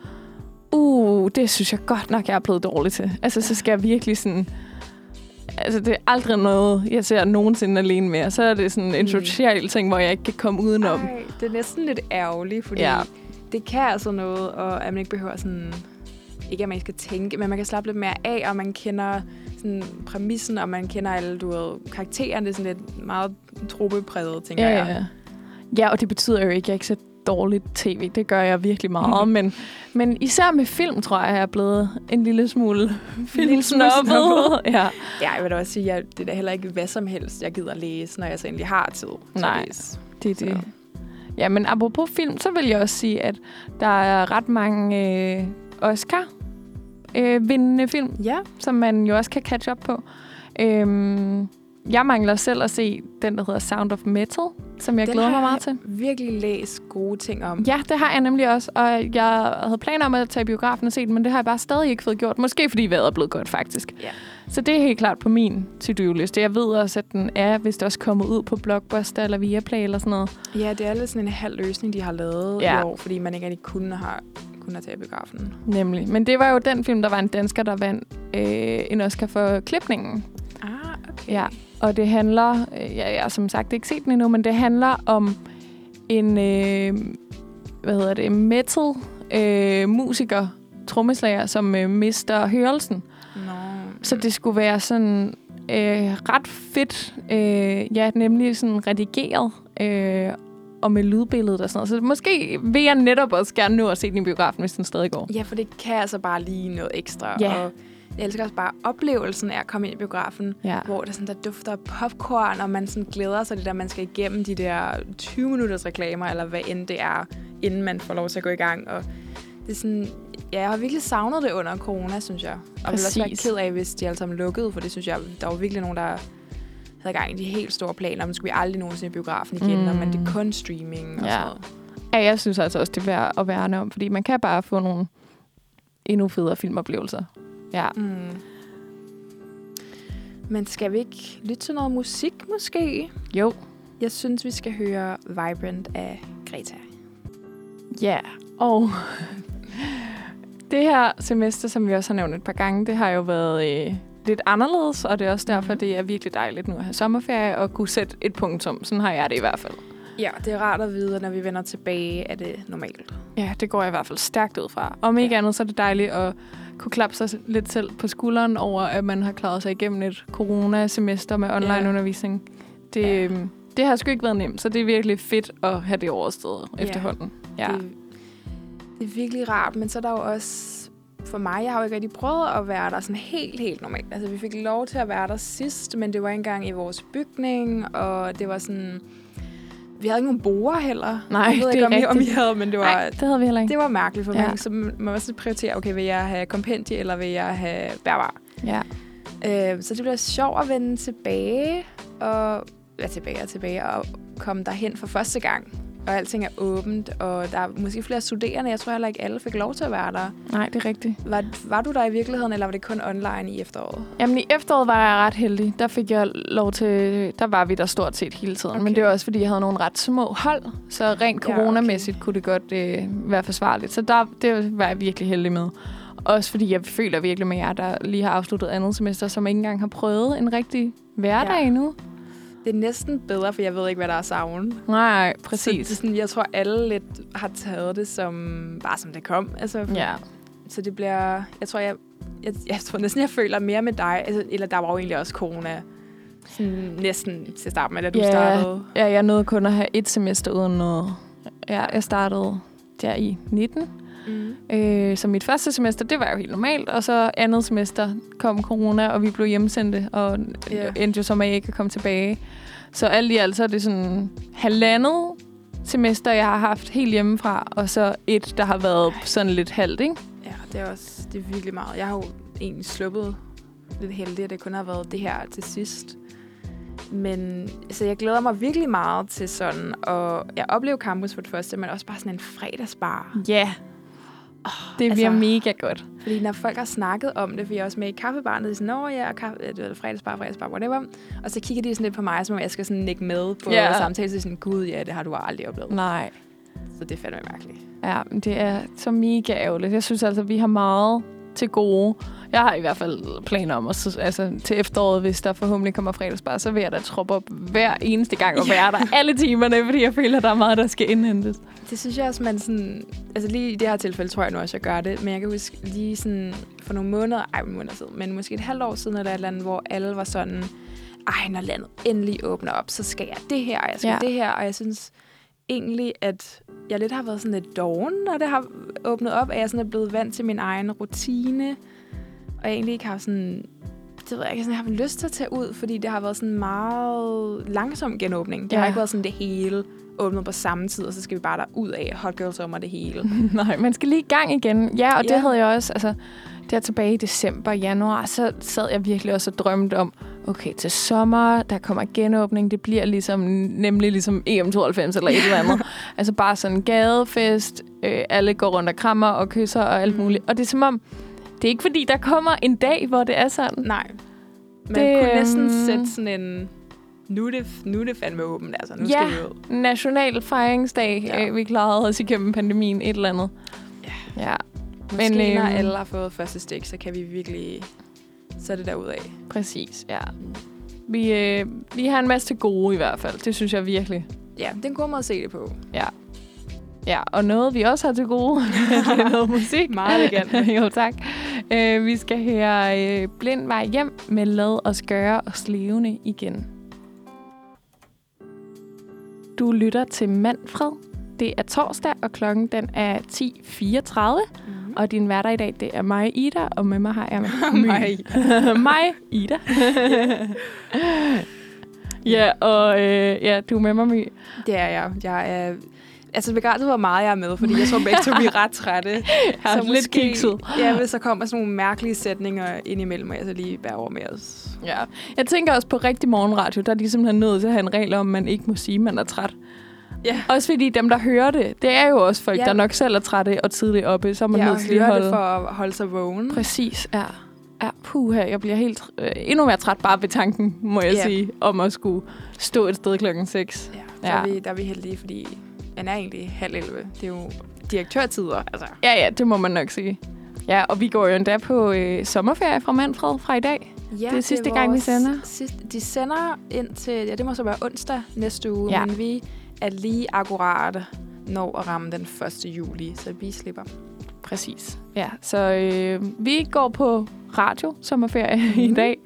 Uh, det synes jeg godt nok, jeg er blevet dårlig til. Altså så skal jeg virkelig sådan... Altså det er aldrig noget, jeg ser nogensinde alene med. Så er det sådan en social ting, hvor jeg ikke kan komme udenom. Ej, det er næsten lidt ærgerligt, fordi ja. det kan altså noget, og at man ikke behøver sådan... Ikke at man skal tænke, men man kan slappe lidt mere af, og man kender sådan præmissen, og man kender alle, du ved, karaktererne. Det er sådan lidt meget truppepræget, tænker ja, jeg. Ja. ja, og det betyder jo ikke, at jeg ikke ser dårligt tv. Det gør jeg virkelig meget. men, men især med film, tror jeg, jeg er blevet en lille smule filmsnobbet. ja. ja, jeg vil da også sige, at det er da heller ikke hvad som helst, jeg gider læse, når jeg så endelig har tid. Nej, det er det. Så. Ja, men apropos film, så vil jeg også sige, at der er ret mange øh, Oscar Øh, vindende film, ja. som man jo også kan catch up på. Øhm, jeg mangler selv at se den, der hedder Sound of Metal, som jeg den glæder mig meget til. Den har jeg virkelig læst gode ting om. Ja, det har jeg nemlig også, og jeg havde planer om at tage biografen og se den, men det har jeg bare stadig ikke fået gjort. Måske fordi vejret er blevet godt, faktisk. Ja. Så det er helt klart på min to-do-liste. Jeg ved også, at den er vist også kommet ud på Blockbuster eller Viaplay eller sådan noget. Ja, det er lidt sådan en halv løsning, de har lavet ja. i år, fordi man ikke rigtig kunne have kun at tage biografen. Nemlig. Men det var jo den film, der var en dansker, der vandt øh, en Oscar for klipningen. Ah, okay. Ja, og det handler, øh, jeg har som sagt ikke set den endnu, men det handler om en, øh, hvad hedder det, metal øh, musiker, trommeslager, som øh, mister hørelsen. No. Så det skulle være sådan øh, ret fedt, øh, ja, nemlig sådan redigeret, øh, og med lydbilledet og sådan noget. Så måske vil jeg netop også gerne nå at se den i biografen, hvis den stadig går. Ja, for det kan altså bare lige noget ekstra. Ja. Og jeg elsker også bare oplevelsen af at komme ind i biografen, ja. hvor der, sådan, der dufter af popcorn, og man sådan glæder sig, det der, man skal igennem de der tyve minutters reklamer, eller hvad end det er, inden man får lov til at gå i gang. Og det er sådan, ja, jeg har virkelig savnet det under corona, synes jeg. Og jeg ville også være ked af, hvis de alle sammen lukkede, for det synes jeg, der var virkelig nogen, der havde gang i de helt store planer, men skulle vi aldrig nogensinde i biografen igen, mm. og men det er kun streaming og ja. sådan noget. Ja, jeg synes altså også, det er værd at værne om, fordi man kan bare få nogle endnu federe filmoplevelser. Ja. Mm. Men skal vi ikke lytte til noget musik, måske? Jo. Jeg synes, vi skal høre Vibrant af Greta. Ja, yeah. og det her semester, som vi også har nævnt et par gange, det har jo været øh, lidt anderledes, og det er også derfor, det er virkelig dejligt nu at have sommerferie og kunne sætte et punktum. Sådan har jeg det i hvert fald. Ja, det er rart at vide, at når vi vender tilbage, er det normalt. Ja, det går jeg i hvert fald stærkt ud fra. Om ikke ja. andet, så er det dejligt at kunne klappe sig lidt selv på skulderen over, at man har klaret sig igennem et corona-semester med online-undervisning. Det, ja. det har sgu ikke været nemt, så det er virkelig fedt at have det overstået ja. efterhånden. Ja. Det, det er virkelig rart, men så er der jo også... For mig, jeg har jo ikke rigtig prøvet at være der sådan helt, helt normalt. Altså, vi fik lov til at være der sidst, men det var ikke engang i vores bygning, og det var sådan... Vi havde ikke nogen borer heller. Nej, jeg ved det ikke, er om, rigtigt. om vi havde, men det var... Nej, det havde vi heller ikke. Det var mærkeligt for ja. mig, så man må også prioritere, okay, vil jeg have kompendie, eller vil jeg have bærbar? Ja. Øh, så det bliver sjovt at vende tilbage, og... Ja, tilbage og tilbage, og komme derhen for første gang. Og alting er åbent, og der er måske flere studerende. Jeg tror heller ikke, alle fik lov til at være der. Nej, det er rigtigt. Var, var du der i virkeligheden, eller var det kun online i efteråret? Jamen, i efteråret var jeg ret heldig. Der fik jeg lov til... Der var vi der stort set hele tiden. Okay. Men det var også, fordi jeg havde nogle ret små hold. Så rent coronamæssigt ja, okay. kunne det godt øh, være forsvarligt. Så der, det var jeg virkelig heldig med. Også fordi jeg føler virkelig med jer, der lige har afsluttet andet semester, som ikke engang har prøvet en rigtig hverdag ja. endnu. Det er næsten bedre, for jeg ved ikke, hvad der er savn. Nej, præcis. Så det sådan, jeg tror, alle lidt har taget det som bare som det kom. Altså, ja. Så det bliver... Jeg tror, jeg, jeg, jeg tror næsten, jeg føler mere med dig. Altså, eller der var jo egentlig også corona. Sådan næsten til starten med, da du ja, startede. Ja, jeg nåede kun at have et semester uden noget. Ja, jeg startede der i nitten. Mm. Øh, så mit første semester, det var jo helt normalt. Og så andet semester kom corona, og vi blev hjemsendte. Og yeah. endte jo som at jeg ikke komme tilbage. Så alt i alt så er det sådan halvandet semester, jeg har haft helt hjemmefra. Og så et, der har været sådan lidt halvt, ikke? Ja, det er også det er virkelig meget. Jeg har jo egentlig sluppet lidt heldig, at det kun har været det her til sidst. Men så jeg glæder mig virkelig meget til sådan, og jeg oplever campus for det første, men også bare sådan en fredagsbar. Ja, yeah. oh, det bliver altså, mega godt. Fordi når folk har snakket om det, for jeg er også med i kaffebaren, og de er sådan, åh ja, kaffe, det er fredagsbar, fredagsbar, whatever. Og så kigger de sådan lidt på mig, som om jeg skal sådan nikke med på yeah. samtale, så sådan, gud, ja, det har du aldrig oplevet. Nej. Så det er fandme mærkeligt. Ja, det er så mega ærgerligt. Jeg synes altså, vi har meget til gode. Jeg har i hvert fald planer om, at, altså til efteråret, hvis der forhåbentlig kommer fredagsbar, så vil jeg da troppe op hver eneste gang og være der alle timerne, fordi jeg føler, at der er meget, der skal indhentes. Det synes jeg også, man sådan... Altså lige i det her tilfælde tror jeg nu også, jeg gør det, men jeg kan huske lige sådan for nogle måneder, ej, måneder siden, men måske et halvt år siden eller et eller andet, hvor alle var sådan, ej, når landet endelig åbner op, så skal jeg det her, og jeg skal ja. det her, og jeg synes egentlig, at jeg lidt har været sådan lidt doven, når det har åbnet op, at jeg sådan er blevet vant til min egen rutine, og jeg egentlig ikke har sådan, det ved jeg ikke, sådan, jeg har lyst til at tage ud, fordi det har været sådan meget langsom genåbning. Det ja. har ikke været sådan det hele åbnet på samme tid, og så skal vi bare der ud af hot girls om det hele. Nej, man skal lige i gang igen. Ja, og ja. det havde jeg også, altså der tilbage i december, januar, så sad jeg virkelig også og drømte om, okay, til sommer, der kommer genåbning, det bliver ligesom, nemlig ligesom E M tooghalvfems eller et eller andet. Altså bare sådan en gadefest, øh, alle går rundt og krammer og kysser og alt muligt. Og det er som om, det er ikke fordi, der kommer en dag, hvor det er sådan. Nej. Man det, kunne næsten sætte sådan en, nu er det, nu er det fandme åbent, altså nu ja, skal vi ud. National fejringsdag, ja. vi klarede os igennem pandemien, et eller andet. Ja. ja. Måske Men, når øh, alle har fået første stik, så kan vi virkelig sætte det derud af. Præcis, ja. Vi, øh, vi har en masse til gode i hvert fald. Det synes jeg virkelig. Ja, det er en god måde at se det på. Ja. Ja, og noget vi også har til gode, det er noget musik. Meget igen. Jo, tak. Uh, vi skal høre uh, Blind Vej Hjem med Lad os gøre os levende igen. Du lytter til Manfred. Det er torsdag, og klokken den er ti fireogtredive. Mm-hmm. Og din værter i dag, det er mig, Ida, og med mig har jeg My. mig, Ida. mig, Ida. ja, og øh, ja, du er med mig, My. Det er jeg. Jeg er... Altså, begrænset hvor meget jeg er med, fordi jeg tror begge to bliver ret trætte. Jeg er så lidt kikset. Ja, hvis der kommer sådan nogle mærkelige sætninger indimellem, og jeg så lige bærer over med os. Ja. Jeg tænker også på rigtig morgenradio, der er de simpelthen nødt til at have en regel om, at man ikke må sige, at man er træt. Ja. Også fordi dem, der hører det, det er jo også folk, ja. der nok selv er trætte og tidligt oppe. Så er man ja, nødt til at holde... det for at holde sig vågen. Præcis, ja. Ja, puha, jeg bliver helt øh, endnu mere træt bare ved tanken, må jeg ja. sige, om at skulle stå et sted klokken seks. Ja, der, ja. Er vi, der er vi heldige, fordi man er egentlig halv elleve. Det er jo direktørtider, altså. Ja, ja, det må man nok sige. Ja, og vi går jo endda på øh, sommerferie fra Manfred fra i dag. Ja, det er sidste gang, vi sender. Sidste, de sender ind til, ja, det må så være onsdag næste uge, ja. men vi er lige akkurat når at ramme den første juli, så vi slipper. Præcis. Ja, så øh, vi går på radio sommerferie mm. i dag.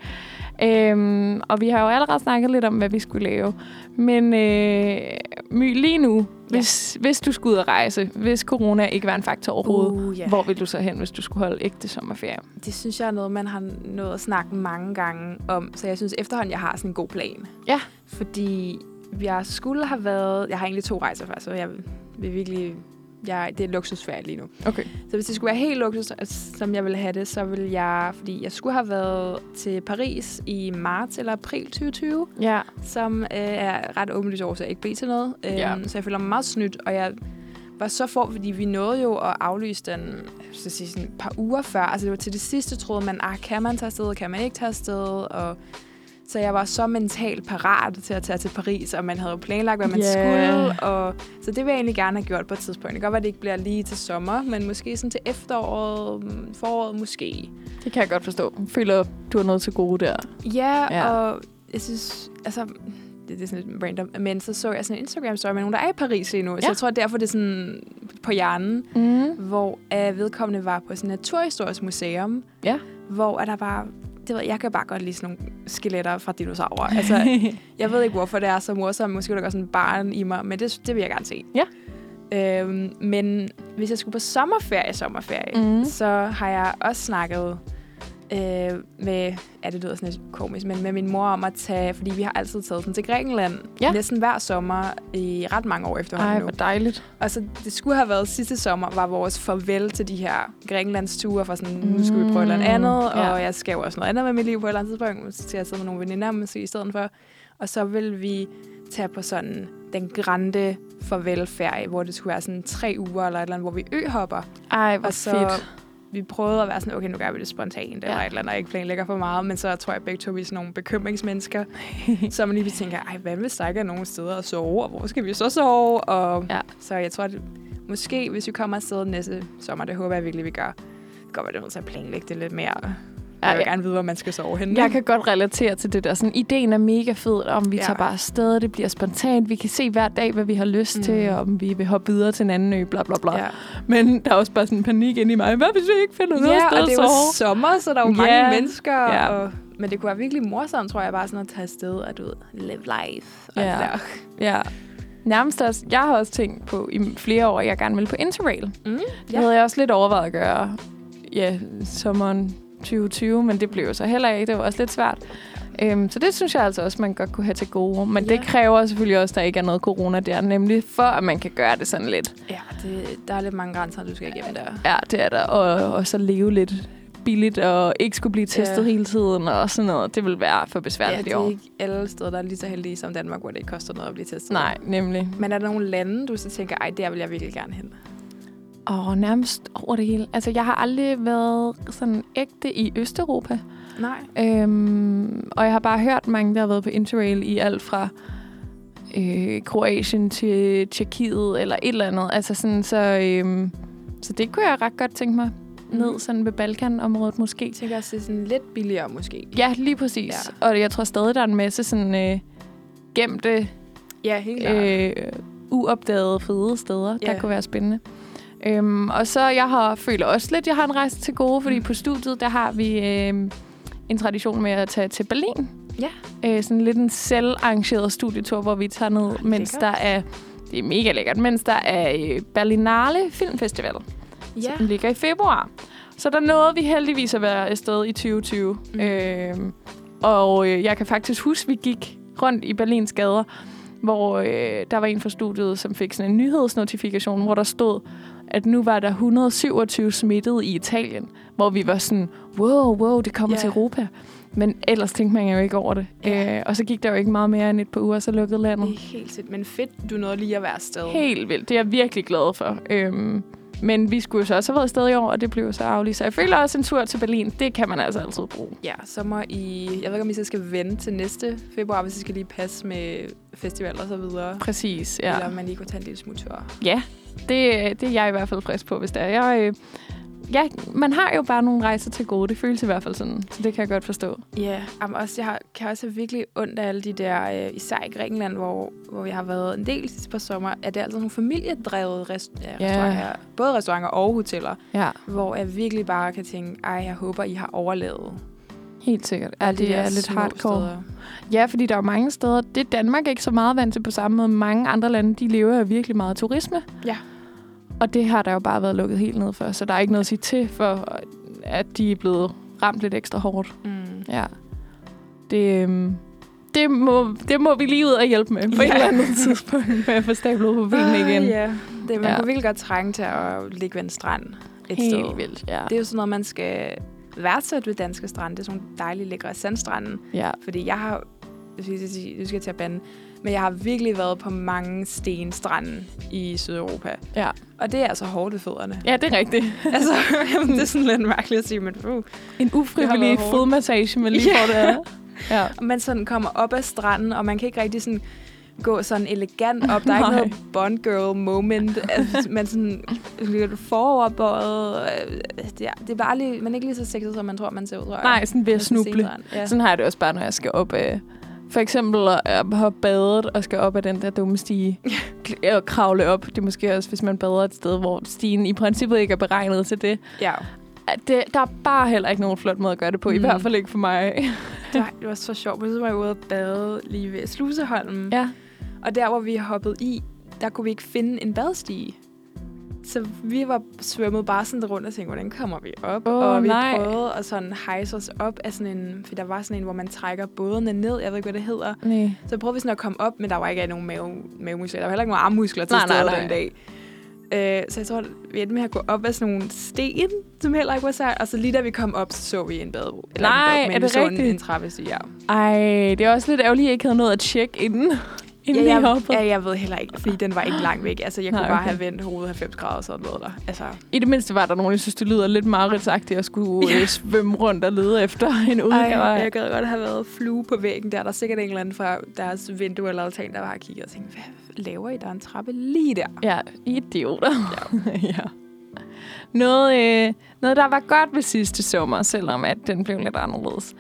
Øhm, og vi har jo allerede snakket lidt om, hvad vi skulle lave. Men øh, My, lige nu, ja. hvis, hvis du skulle ud og rejse, hvis corona ikke var en faktor overhovedet, uh, yeah. hvor vil du så hen, hvis du skulle holde ægte sommerferie? Det synes jeg er noget, man har nået at snakke mange gange om. Så jeg synes efterhånden, jeg har sådan en god plan. Ja. Fordi jeg skulle have været... Jeg har egentlig to rejser før, så jeg vil virkelig... Jeg, det er luksusferie lige nu. Okay. Så hvis det skulle være helt luksus, som jeg ville have det, så ville jeg... Fordi jeg skulle have været til Paris i marts eller april tyve tyve, ja. som øh, er ret åbenlyst årsag ikke blev til noget. Øh, ja. Så jeg føler mig meget snydt, og jeg var så for, fordi vi nåede jo at aflyse den så sige, sådan et par uger før. Altså det var til det sidste, troede man, ah, kan man tage afsted, kan man ikke tage afsted, og... Så jeg var så mentalt parat til at tage til Paris, og man havde planlagt, hvad man yeah. skulle. Og så det vil jeg egentlig gerne have gjort på et tidspunkt. Det kan godt være, at det ikke bliver lige til sommer, men måske sådan til efteråret, foråret måske. Det kan jeg godt forstå. Føler du har noget til gode der? Ja, ja. Og jeg synes, altså... Det, det er sådan lidt random. Men så så jeg sådan en Instagram-story med nogen, der er i Paris lige nu. Ja. Så jeg tror, derfor det er sådan på hjernen, mm. hvor uh, vedkommende var på sådan et naturhistorisk museum, ja. Hvor der var... Det ved, jeg kan bare godt lide sådan nogle skeletter fra dinosaurer. Altså, jeg ved ikke, hvorfor det er så morsomt. Måske der går sådan en barn i mig, men det, det vil jeg gerne se. Ja. Øhm, men hvis jeg skulle på sommerferie, sommerferie, mm. så har jeg også snakket øh, med, ja, det lyder sådan lidt komisk, men med min mor om at tage, fordi vi har altid taget sådan til Grækenland, ja. Næsten hver sommer i ret mange år efterhånden. Ej, hvor dejligt. Og så det skulle have været sidste sommer, var vores farvel til de her Grækenlands ture, for sådan, nu skal vi prøve noget andet, ja. Og jeg skal jo også noget andet med mit liv på et eller andet tidspunkt, så skal jeg sidde med nogle veninder måske i stedet for. Og så vil vi tage på sådan den grande farvelferie, hvor det skulle være sådan tre uger eller et eller andet, hvor vi øhopper. Ej, hvor og så fedt. Vi prøvede at være sådan, okay, nu gør vi det spontant, ja. Eller et eller andet, og ikke planlægger for meget, men så tror jeg begge to, vi er sådan nogle bekymringsmennesker, så man lige vi tænker, ej, hvad hvis der ikke er nogen steder at sove, og hvor skal vi så sove? Og ja. Så jeg tror, at måske, hvis vi kommer afsted næste sommer, det håber jeg virkelig, vi gør, det går være, det er nødt til at planlægge det lidt mere. Jeg vil ja. Gerne vide, hvor man skal sove henne. Jeg kan godt relatere til det der. Sådan, ideen er mega fed, om vi ja. Tager bare afsted, det bliver spontant. Vi kan se hver dag, hvad vi har lyst mm. til, om vi vil hoppe videre til en anden ø, bla bla bla. Ja. Men der er også bare sådan en panik ind i mig. Hvad hvis vi ikke finder noget ja, sted og det er jo sommer, så der er jo ja. Mange mennesker. Ja. Og, men det kunne være virkelig morsomt, tror jeg, bare sådan at tage afsted og du ved, live life. Og ja. Der. Ja. Nærmest også, jeg har også tænkt på i flere år, at jeg gerne vil på Interrail. Mm. Det ja. Havde jeg også lidt overvejet at gøre. Ja, sommeren tyve tyve, men det blev jo så heller ikke. Det var også lidt svært. Um, så det synes jeg altså også, man godt kunne have til gode. Men ja. Det kræver selvfølgelig også, at der ikke er noget corona der, nemlig for, at man kan gøre det sådan lidt. Ja, det, der er lidt mange grænser, du skal igennem der. Ja, det er der. Og, og så leve lidt billigt, og ikke skulle blive testet ja. Hele tiden, og sådan noget. Det vil være for besværligt i år. Ja, det er ikke alle steder, der er lige så heldige som Danmark, hvor det ikke koster noget at blive testet. Nej, nemlig. Men er der nogle lande, du så tænker, ej, der vil jeg virkelig gerne hen? Åh, oh, nærmest over det hele. Altså, jeg har aldrig været sådan ægte i Østeuropa. Nej. Øhm, og jeg har bare hørt mange, der har været på Interrail i alt fra øh, Kroatien til Tjekkiet eller et eller andet. Altså sådan, så, øhm, så det kunne jeg ret godt tænke mig mm. ned sådan ved Balkanområdet måske. Jeg tænker også, det er sådan lidt billigere måske. Ja, lige præcis. Ja. Og jeg tror stadig, der er en masse sådan øh, gemte, ja, helt øh, uopdagede fede steder, ja. Der kunne være spændende. Øhm, og så jeg har føler også lidt, jeg har en rejse til gode, fordi mm. på studiet, der har vi øh, en tradition med at tage til Berlin. Ja. Øh, sådan lidt en selvarrangeret studietur, hvor vi tager ned, oh, mens lækkert. Der er, det er mega lækkert, mens der er øh, Berlinale Filmfestival, ja. Som ligger i februar. Så der nåede vi heldigvis at være afsted i tyve tyve. Mm. Øh, og øh, jeg kan faktisk huske, vi gik rundt i Berlins gader, hvor øh, der var en fra studiet, som fik sådan en nyhedsnotifikation, hvor der stod, at nu var der et hundrede og syvogtyve smittede i Italien, hvor vi var sådan, wow, wow, det kommer yeah. til Europa. Men ellers tænkte man jo ikke over det. Yeah. Øh, og så gik der jo ikke meget mere end et par uger, så lukkede landet. Det er helt fedt, men fedt, du nåede lige at være afsted. Helt vildt, det er jeg virkelig glad for. Øhm, men vi skulle jo så også have været afsted i år, og det blev så aflyst. Så jeg føler også en tur til Berlin, det kan man altså altid bruge. Ja, sommer i, jeg ved ikke, om I så skal vente til næste februar, hvis I skal lige passe med festivaler og så videre. Præcis, ja. Eller man lige kunne tage en lille smuttur. Ja, det, det er jeg i hvert fald frisk på, hvis det er. Jeg, ja, man har jo bare nogle rejser til gode. Det føles i hvert fald sådan, så det kan jeg godt forstå. Ja, yeah, også, jeg har, kan også have virkelig ondt af alle de der, øh, især i Grækenland, hvor, hvor vi har været en del sidste par sommer, at det er altså nogle familiedrevet rest, ja, Yeah. restauranter, både restauranter og hoteller, Ja, hvor jeg virkelig bare kan tænke, ej, jeg håber, I har overlevet. helt sikkert. Ja, Alle de det er der lidt små hardcore. steder. Ja, fordi der er mange steder. Det er Danmark ikke så meget vant til på samme måde. Mange andre lande, de lever jo virkelig meget af turisme. Ja. Og det har der jo bare været lukket helt ned for. Så der er ikke noget at sige til for, at de er blevet ramt lidt ekstra hårdt. Mm. Ja. Det, øhm, det, må, det må vi lige ud og hjælpe med på Ja. et eller andet tidspunkt, med at få stablet på benene igen. Ah, ja. Det, man Ja. kunne virkelig godt trænge til at ligge ved en strand et Helt sted. vildt, ja. Det er jo sådan noget, man skal værdsætte ved danske strande. Det er sådan nogle dejlige, lækre sandstranden. Ja. Fordi jeg har, jeg skal sige, nu skal jeg til at bande, men jeg har virkelig været på mange stenstrande i Sydeuropa. Ja. Og det er altså hårdt ved fødderne. Ja, det er rigtigt. altså, jamen, det er sådan lidt mærkeligt at sige, men uh. En ufrivillig været hårdt. fodmassage, man lige Ja. får det. Ja. Og man sådan kommer op ad stranden, og man kan ikke rigtig sådan gå sådan elegant op. Der er ikke Nej. noget Bond Girl moment. Altså, man sådan lidt foroverbøjet. Det er, det er bare lige, man er ikke lige så sexet, som man tror, man ser ud, tror jeg. Nej, sådan ved at Med sådan en snuble. stenstrand. Ja. Sådan har jeg det også bare, når jeg skal op af... For eksempel at have badet og skal op ad den der dumme stige og kravle op. Det er måske også, hvis man bader et sted, hvor stigen i princippet ikke er beregnet til det. Ja. At det der er bare heller ikke nogen flot måde at gøre det på. Mm. I Mm. hvert fald ikke for mig. Det var, det var så sjovt. Så var jeg ude og bade lige ved Sluseholmen. Ja. Og der, hvor vi hoppede i, der kunne vi ikke finde en badestige. Så vi var svømmet bare sådan rundt og tænkte, hvordan kommer vi op? Åh, og vi nej. prøvede at sådan hejse os op af sådan en... For der var sådan en, hvor man trækker bådene ned. Jeg ved ikke, hvad det hedder. Nej. Så prøvede vi sådan at komme op, men der var ikke nogen mave, mavemuskler. Der var heller ikke nogen armmuskler til Nej, nej, stede nej. den dag. Øh, så jeg tror, vi endte med at gå op af sådan nogle sten, som heller ikke var særligt. Og så lige da vi kom op, så så vi en badebro. Eller Nej, en bad, men er vi det så rigtigt? En, en trappestige, ja. Ej, det er også lidt ærgerligt, at jeg ikke havde noget at tjekke inden. Inden Ja, vi jeg, hoppede. ja, jeg ved heller ikke, fordi den var ikke langt væk. Altså, jeg Nej, kunne bare okay. have vendt hovedet halvfems grader og sådan noget der. Altså, I det mindste var der nogen, jeg synes, det lyder lidt mareridtsagtigt at skulle Ja. ja. svømme rundt og lede efter en ej, udgave. jeg gad godt have været flue på væggen der. Der er sikkert en eller anden fra deres vindue eller altan, der var og kigget og tænkte, hvad laver I? Der er en trappe lige der. Ja, idioter. Ja. ja. Noget, øh, noget, der var godt ved sidste sommer, selvom at den blev lidt anderledes.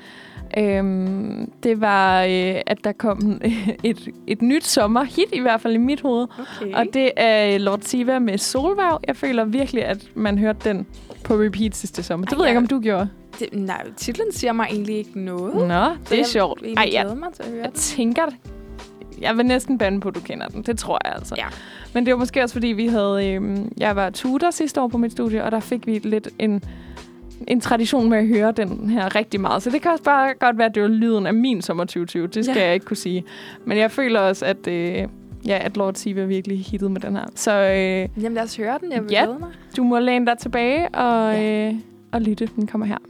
Øhm, det var, øh, at der kom et, et nyt sommerhit, i hvert fald i mit hoved. Okay. Og det er Lord Siva med Solværv. Jeg føler virkelig, at man hørte den på repeat sidste sommer. Det Ej, ved jeg ikke, jeg- om du gjorde. det, nej, titlen siger mig egentlig ikke noget. Nå, Så det er jeg sjovt. vil Ej, egentlig jeg, glæde mig til at høre jeg den. tænker, jeg vil næsten bande på, at du kender den. Det tror jeg altså. Ja. Men det var måske også, fordi vi havde... Øhm, jeg var tutor sidste år på mit studie, og der fik vi lidt en, en tradition med at høre den her rigtig meget. Så det kan også bare godt være, at det var lyden af min sommer tyve tyve. Det skal Ja. jeg ikke kunne sige. Men jeg føler også, at, øh, ja, at Lord Siva virkelig hittede med den her. Så øh, Jamen lad os høre den. Jeg vil Ja. glæde mig. du må læne dig tilbage og, Ja. øh, og lytte. Den kommer her.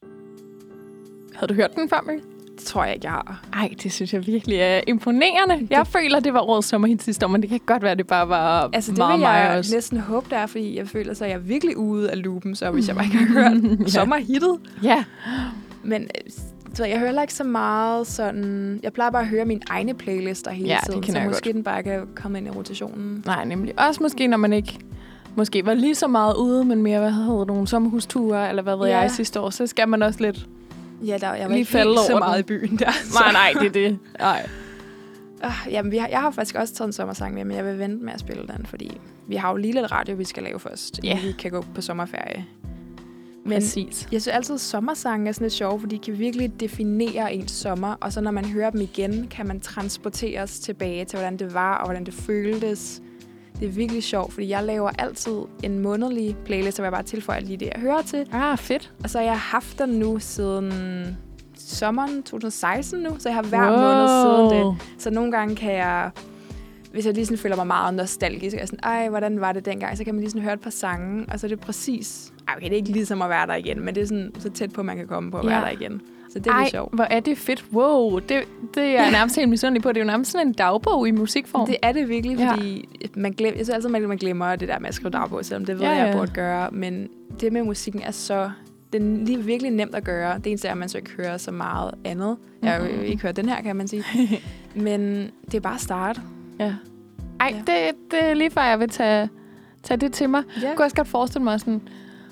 Havde du hørt den før, Mø? Det tror jeg ikke, jeg har. Ej, det synes jeg virkelig er imponerende. Jeg føler, det var årets sommerhit sidste år, men det kan godt være, det bare var Altså, det meget vil mig jeg også. næsten håbe, der er, fordi jeg føler, så jeg er virkelig ude af loopen, så hvis jeg bare ikke har hørt Ja. sommerhittet. Ja. Men øh, så jeg hører heller ikke så meget sådan... Jeg plejer bare at høre mine egne playlister hele Ja, det tiden, kender så jeg måske godt. den bare kan komme ind i rotationen. Nej, nemlig. Også måske, når man ikke måske var lige så meget ude, men mere, hvad hedder nogle sommerhusture, eller hvad ved Ja. jeg, sidste år, så skal man også lidt... Ja, der, jeg var Lige ikke falde helt så over meget den. i byen der. Så. Nej, nej, det er det. Nej. Uh, jamen, vi har, jeg har faktisk også taget en sommersang med, men jeg vil vente med at spille den, fordi vi har jo lige lidt radio, vi skal lave først, Ja. inden vi kan gå på sommerferie. Men Præcis. jeg synes altid, at sommersange er sådan lidt sjove, fordi de kan virkelig definere ens sommer, og så når man hører dem igen, kan man transporteres tilbage til, hvordan det var, og hvordan det føltes. Det er virkelig sjovt, fordi jeg laver altid en månedlig playlist, hvor jeg bare tilføjer lige det, jeg hører til. Ah, fedt. Og så har jeg haft den nu siden sommeren to tusind og seksten nu, så jeg har hver Wow. måned siden det. Så nogle gange kan jeg, hvis jeg lige sådan føler mig meget nostalgisk, og jeg er sådan, ej, hvordan var det dengang? Så kan man lige sådan høre et par sange, og så er det præcis... Ej, okay, det er ikke ligesom at være der igen, men det er sådan så tæt på, man kan komme på at Ja. være der igen. Så det er Ej, lidt sjovt. hvor er det fedt. Wow, det, det er jeg nærmest helt misundelig på. Det er jo nærmest sådan en dagbog i musikform. Det er det virkelig, Ja. fordi man glemmer, jeg synes altid, man man glemmer det der med at skrive dagbog, selvom det ved Ja, jeg, jeg ja. burde gøre. Men det med musikken er så... Det er lige virkelig nemt at gøre. Det eneste er, at man så ikke hører så meget andet. Jeg har jo Mhm. ikke hørt den her, kan man sige. Men det er bare at starte. Ja. Ej, Ja. det, det er lige før, jeg vil tage, tage det til mig. Ja. Jeg kunne også godt forestille mig sådan...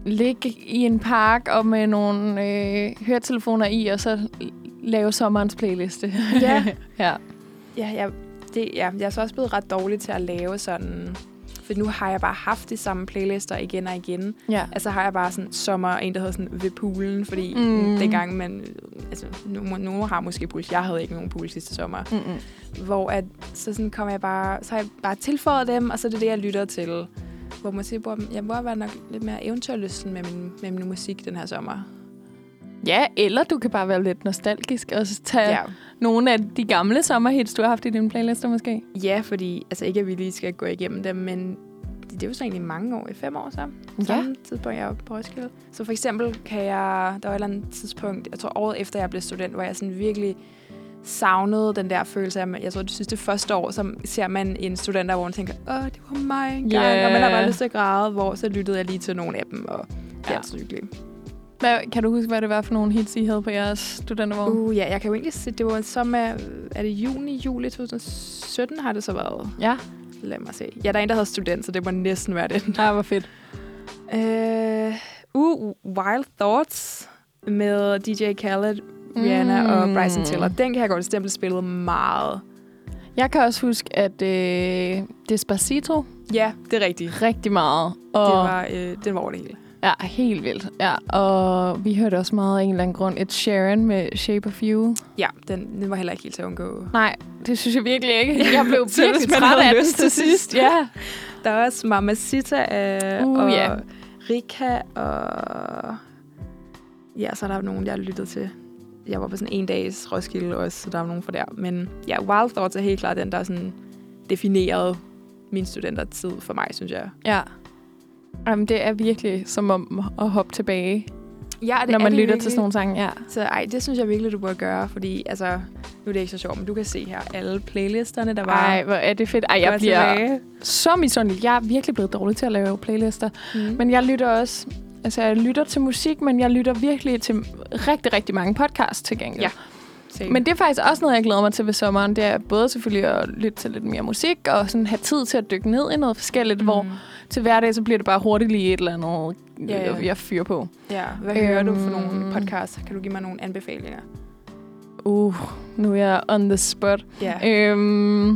ligge i en park og med nogle øh, høretelefoner i, og så lave sommerens playliste. Ja. ja. Ja, jeg, det, ja, jeg er så også blevet ret dårlig til at lave sådan... For nu har jeg bare haft de samme playlister igen og igen. Ja. Altså har jeg bare sådan sommer, en der hedder sådan ved poolen, fordi Mm. dengang man... Altså, nu, nu har måske pool. Jeg havde ikke nogen pool sidste sommer. Mm-mm. Hvor at, så sådan kom jeg bare... Så har jeg bare tilføjet dem, og så er det det, jeg lytter til. Hvor man siger, at jeg må være nok lidt mere eventyrlysten med min, med min musik den her sommer. Ja, eller du kan bare være lidt nostalgisk og så tage Ja. nogle af de gamle sommerhits, du har haft i dine playlister måske. Ja, fordi... Altså ikke, at vi lige skal gå igennem dem, men... Det er jo så egentlig mange år, i fem år så. Samme tidspunkt, jeg var på Roskilde. Så for eksempel kan jeg... Der var et eller andet tidspunkt, jeg tror året efter, jeg blev student, hvor jeg sådan virkelig savnede den der følelse af, jeg tror, det sidste første år, så ser man en student, hvor man tænker, åh, det var mig engang, Yeah. og man har bare lyst til at græde, hvor så lyttede jeg lige til nogle af dem, og det er Ja. altid hyggeligt. Hvad, kan du huske, hvad det var for nogle hits, I havde på jeres studentervogn? Uh, ja, jeg kan jo egentlig se, det var som, er, er det juni, juli to tusind sytten har det så været. Ja. Lad mig se. Ja, der er en, der hedder student, så det må næsten være den. Ja, hvor fedt. Uh, uh, Wild Thoughts med D J Khaled, Rihanna mm. og Bryson Tiller. Den kan jeg godt stemme spillet meget. Jeg kan også huske, at øh, Despacito Ja, det er rigtigt. rigtig meget. Og Det var, øh, den var over det hele. ja, helt vildt. Ja, og vi hørte også meget af en eller anden grund Ed Sheeran med Shape of You. Ja, den, den var heller ikke helt til at undgå. Nej, det synes jeg virkelig ikke. Jeg blev Så virkelig hvis man træt havde af den lyst til til sidst. Ja. Der er også Mamacita øh, Uh, og ja. Rika og... Ja, så er der nogen, jeg har lyttet til. Jeg var på sådan en dags Roskilde også, så der var nogen fra der. Men ja, Wild Thoughts er helt klart den, der sådan definerede min studentertid for mig, synes jeg. Ja. Jamen, det er virkelig som om at hoppe tilbage, Ja, det når er man det lytter virkelig. til sådan nogle sange. Ja. Så ej, det synes jeg virkelig, du burde gøre, fordi altså, nu er det ikke så sjovt, men du kan se her alle playlisterne, der var... Ej, hvor er det fedt. Ej, jeg går bliver tilbage. så misundelig. Jeg er virkelig blevet dårlig til at lave playlister. Mm. Men jeg lytter også... Altså, jeg lytter til musik, men jeg lytter virkelig til rigtig, rigtig mange podcasts til gengæld. Ja. Same. Men det er faktisk også noget, jeg glæder mig til ved sommeren. Det er både selvfølgelig at lytte til lidt mere musik, og sådan have tid til at dykke ned i noget forskelligt, mm. hvor til hverdag, så bliver det bare hurtigt lige et eller andet, Ja, ja. jeg fyrer på. Ja, hvad øhm, hører du for nogle Øhm. podcasts? Kan du give mig nogle anbefalinger? Uh, nu er jeg on the spot. Ja. Øhm,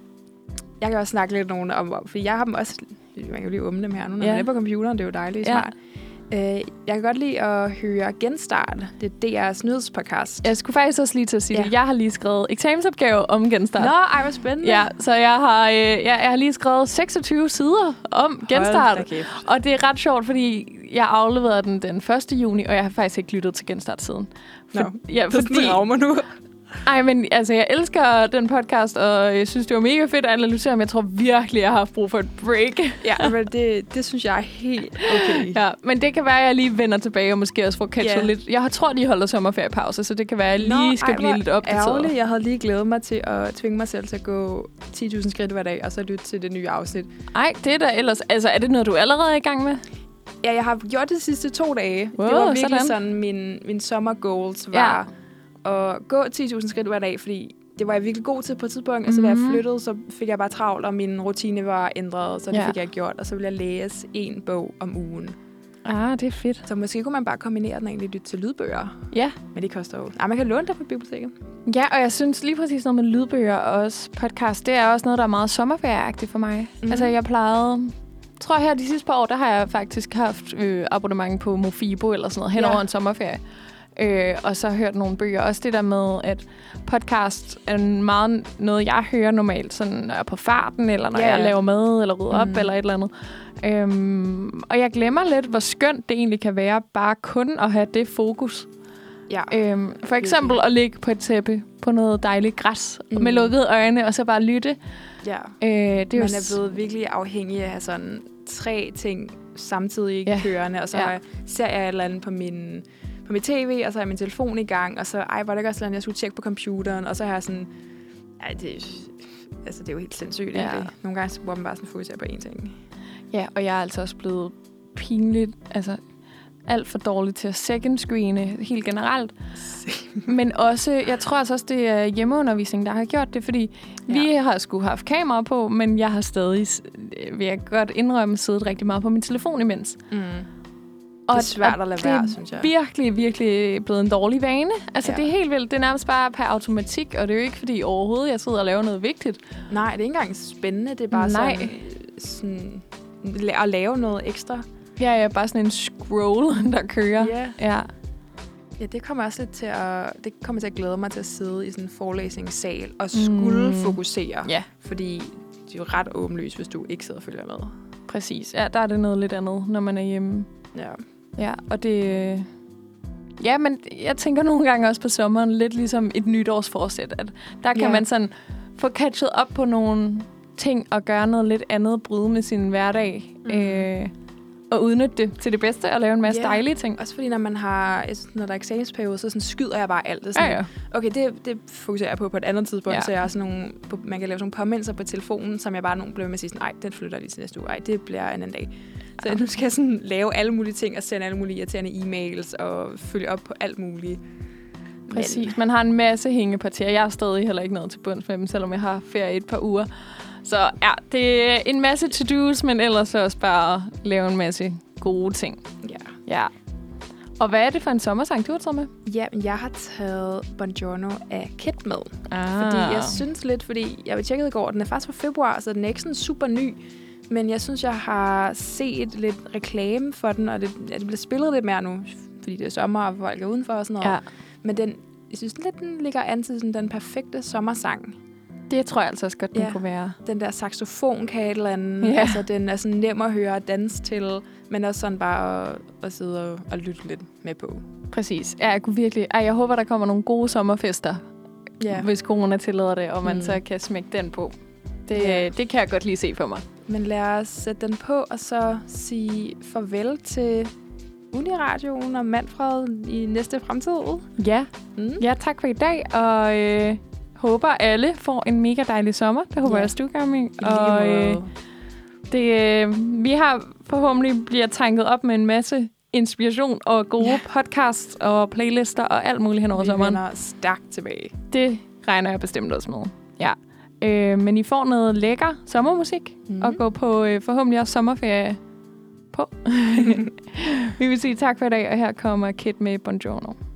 Jeg kan også snakke lidt nogen om, for jeg har dem også... Man kan jo lige åbne dem her nu, når Ja. man er på computeren. Det er jo dejligt Ja. smart. Øh, jeg kan godt lide at høre Genstart. Det er D R's nyhedspodcast. jeg skulle faktisk også lige til at sige Ja. det. Jeg har lige skrevet eksamensopgave om Genstart. Nå, ej, hvor spændende. Ja, så jeg har, øh, jeg, jeg har lige skrevet seksogtyve sider om Genstart. Hold da kæft. Og det er ret sjovt, fordi jeg afleverede den den første juni, og jeg har faktisk ikke lyttet til Genstart siden. Nå, ja, det er sådan, det rager mig nu. Ej, men altså, jeg elsker den podcast, og jeg synes, det var mega fedt at analysere, men jeg tror virkelig, jeg har haft brug for et break. Ja, men det, det synes jeg er helt okay. Ja, men det kan være, at jeg lige vender tilbage og måske også får catchet Ja. lidt. Jeg tror, de holder sommerferiepause, så det kan være, at jeg Nå, lige skal ej, blive hvor lidt opdateret. ærgerligt. Jeg havde lige glædet mig til at tvinge mig selv til at gå ti tusind skridt hver dag, og så lytte til det nye afsnit. Ej, det er da ellers... Altså, er det noget, du allerede er i gang med? Ja, jeg har gjort det de sidste to dage. Wow, det var virkelig sådan. sådan, min, min sommergoals var at gå ti tusind skridt hver dag, fordi det var jeg virkelig god til på et tidspunkt. Altså, da jeg Mhm. flyttede, så fik jeg bare travlt, og min rutine var ændret, så det Ja. fik jeg gjort. Og så ville jeg læse en bog om ugen. Ah, det er fedt. Så måske kunne man bare kombinere den og egentlig lytte til lydbøger. Ja. Men det koster jo... Nej, man kan låne det på biblioteket. Ja, og jeg synes lige præcis noget med lydbøger og også podcast, det er også noget, der er meget sommerferieagtigt for mig. Mhm. Mm. Altså, jeg plejede... Jeg tror, her de sidste par år, der har jeg faktisk haft øh, abonnement på Mofibo eller sådan noget hen Ja. over en sommerferie. Øh, og så hørt nogle bøger. Også det der med, at podcast er meget noget, jeg hører normalt, sådan, når jeg er på farten, eller når Ja, yeah. jeg ja. laver mad, eller rydder Mm. op, eller et eller andet. Øhm, og jeg glemmer lidt, hvor skønt det egentlig kan være, bare kun at have det fokus. Ja. Øhm, for eksempel at ligge på et tæppe på noget dejligt græs, Mm. mm. med lukkede øjne, og så bare lytte. ja. Øh, det er jo Man s- er blevet virkelig afhængig af sådan tre ting samtidig Ja. kørende, og så Ja. ja. ser jeg et eller andet på min, på mit tv, og så har jeg min telefon i gang, og så ej, var det ikke også noget, jeg skulle tjekke på computeren, og så har jeg sådan... Ej, det, altså, det er jo helt sindssygt, Ja. egentlig. Nogle gange så bruger man bare sådan fokusere på én ting. Ja, og jeg er altså også blevet pinligt, altså alt for dårlig til at second screene helt generelt. Men også, jeg tror altså også, det er hjemmeundervisning, der har gjort det, fordi ja. vi har sgu haft kamera på, men jeg har stadig, vil jeg godt indrømme, siddet rigtig meget på min telefon imens. Mm. det er svært at lade være, synes jeg. Det er virkelig, virkelig blevet en dårlig vane. Altså, ja. Det er helt vildt. Det er nærmest bare per automatik, og det er jo ikke, fordi overhovedet jeg sidder og laver noget vigtigt. Nej, det er ikke engang spændende. Det er bare Nej. sådan, sådan at lave noget ekstra. Ja, ja, bare sådan en scroll, der kører. Ja. Ja. Ja, det kommer også lidt til at, det kommer til at glæde mig til at sidde i sådan en forelæsningssal og skulle mm. fokusere. Ja. Fordi det er jo ret åbenlyst, hvis du ikke sidder og følger med. Præcis. Ja, der er det noget lidt andet, når man er hjemme. Ja. Ja, og det... Ja, men jeg tænker nogle gange også på sommeren lidt ligesom et nytårsforsæt. At der kan ja. man sådan få catchet op på nogle ting og gøre noget lidt andet, bryde med sin hverdag. Mm. Øh, og udnytte det til det bedste og lave en masse yeah. dejlige ting. Også fordi, når man har, når der er eksamensperiode, så sådan skyder jeg bare alt. Det sådan, ja, ja. Okay, det, det fokuserer jeg på på et andet tidspunkt, ja. så jeg har sådan nogle, man kan lave sådan nogle påmindelser på telefonen, som jeg bare nogen bliver med at sige sådan, ej, den flytter lige til næste uge, ej, det bliver en anden dag. Så ja. Nu skal jeg sådan lave alle mulige ting og sende alle mulige irriterende e-mails og følge op på alt muligt. Præcis, men man har en masse hængepartier. Jeg er stadig heller ikke nået til bunds med dem, selvom jeg har ferie et par uger. Så ja, det er en masse to-dos, men ellers også bare lave en masse gode ting. Ja. Ja. Og hvad er det for en sommersang, du har taget med? Ja, jeg har taget Buongiorno af Kit med. Ah. Fordi jeg synes lidt, fordi jeg tjekkede i går, den er faktisk fra februar, så den er ikke sådan super ny. Men jeg synes, jeg har set lidt reklame for den, og det, ja, det bliver spillet lidt mere nu, fordi det er sommer, og folk er udenfor og sådan noget. Ja. Men den, jeg synes lidt, den ligger an til sådan, den perfekte sommersang. Det tror jeg altså også godt, den ja. kunne være. Den der saxofon kan et eller andet. Ja. Altså, den er sådan nem at høre og danse til, men også sådan bare at, at sidde og, og lytte lidt med på. Præcis. Ja, jeg kunne virkelig... Ej, jeg håber, der kommer nogle gode sommerfester, ja. hvis corona tillader det, og man mm. så kan smække den på. Det, ja. det kan jeg godt lige se for mig. Men lad os sætte den på, og så sige farvel til Uniradioen og Manfred i næste fremtid. Ja. Mm. Ja, tak for i dag, og øh, håber alle får en mega dejlig sommer. Det håber ja. jeg også, du gør, Ming. Og øh, det, øh, vi har forhåbentlig bliver tanket op med en masse inspiration og gode ja. podcasts og playlister og alt muligt hen over vi sommeren. Vi vender stærkt tilbage. Det regner jeg bestemt også med. Ja. Øh, men I får noget lækker sommermusik mm. og gå på øh, forhåbentlig også sommerferie på. Vi vil sige tak for i dag, og her kommer Kit med Buongiorno.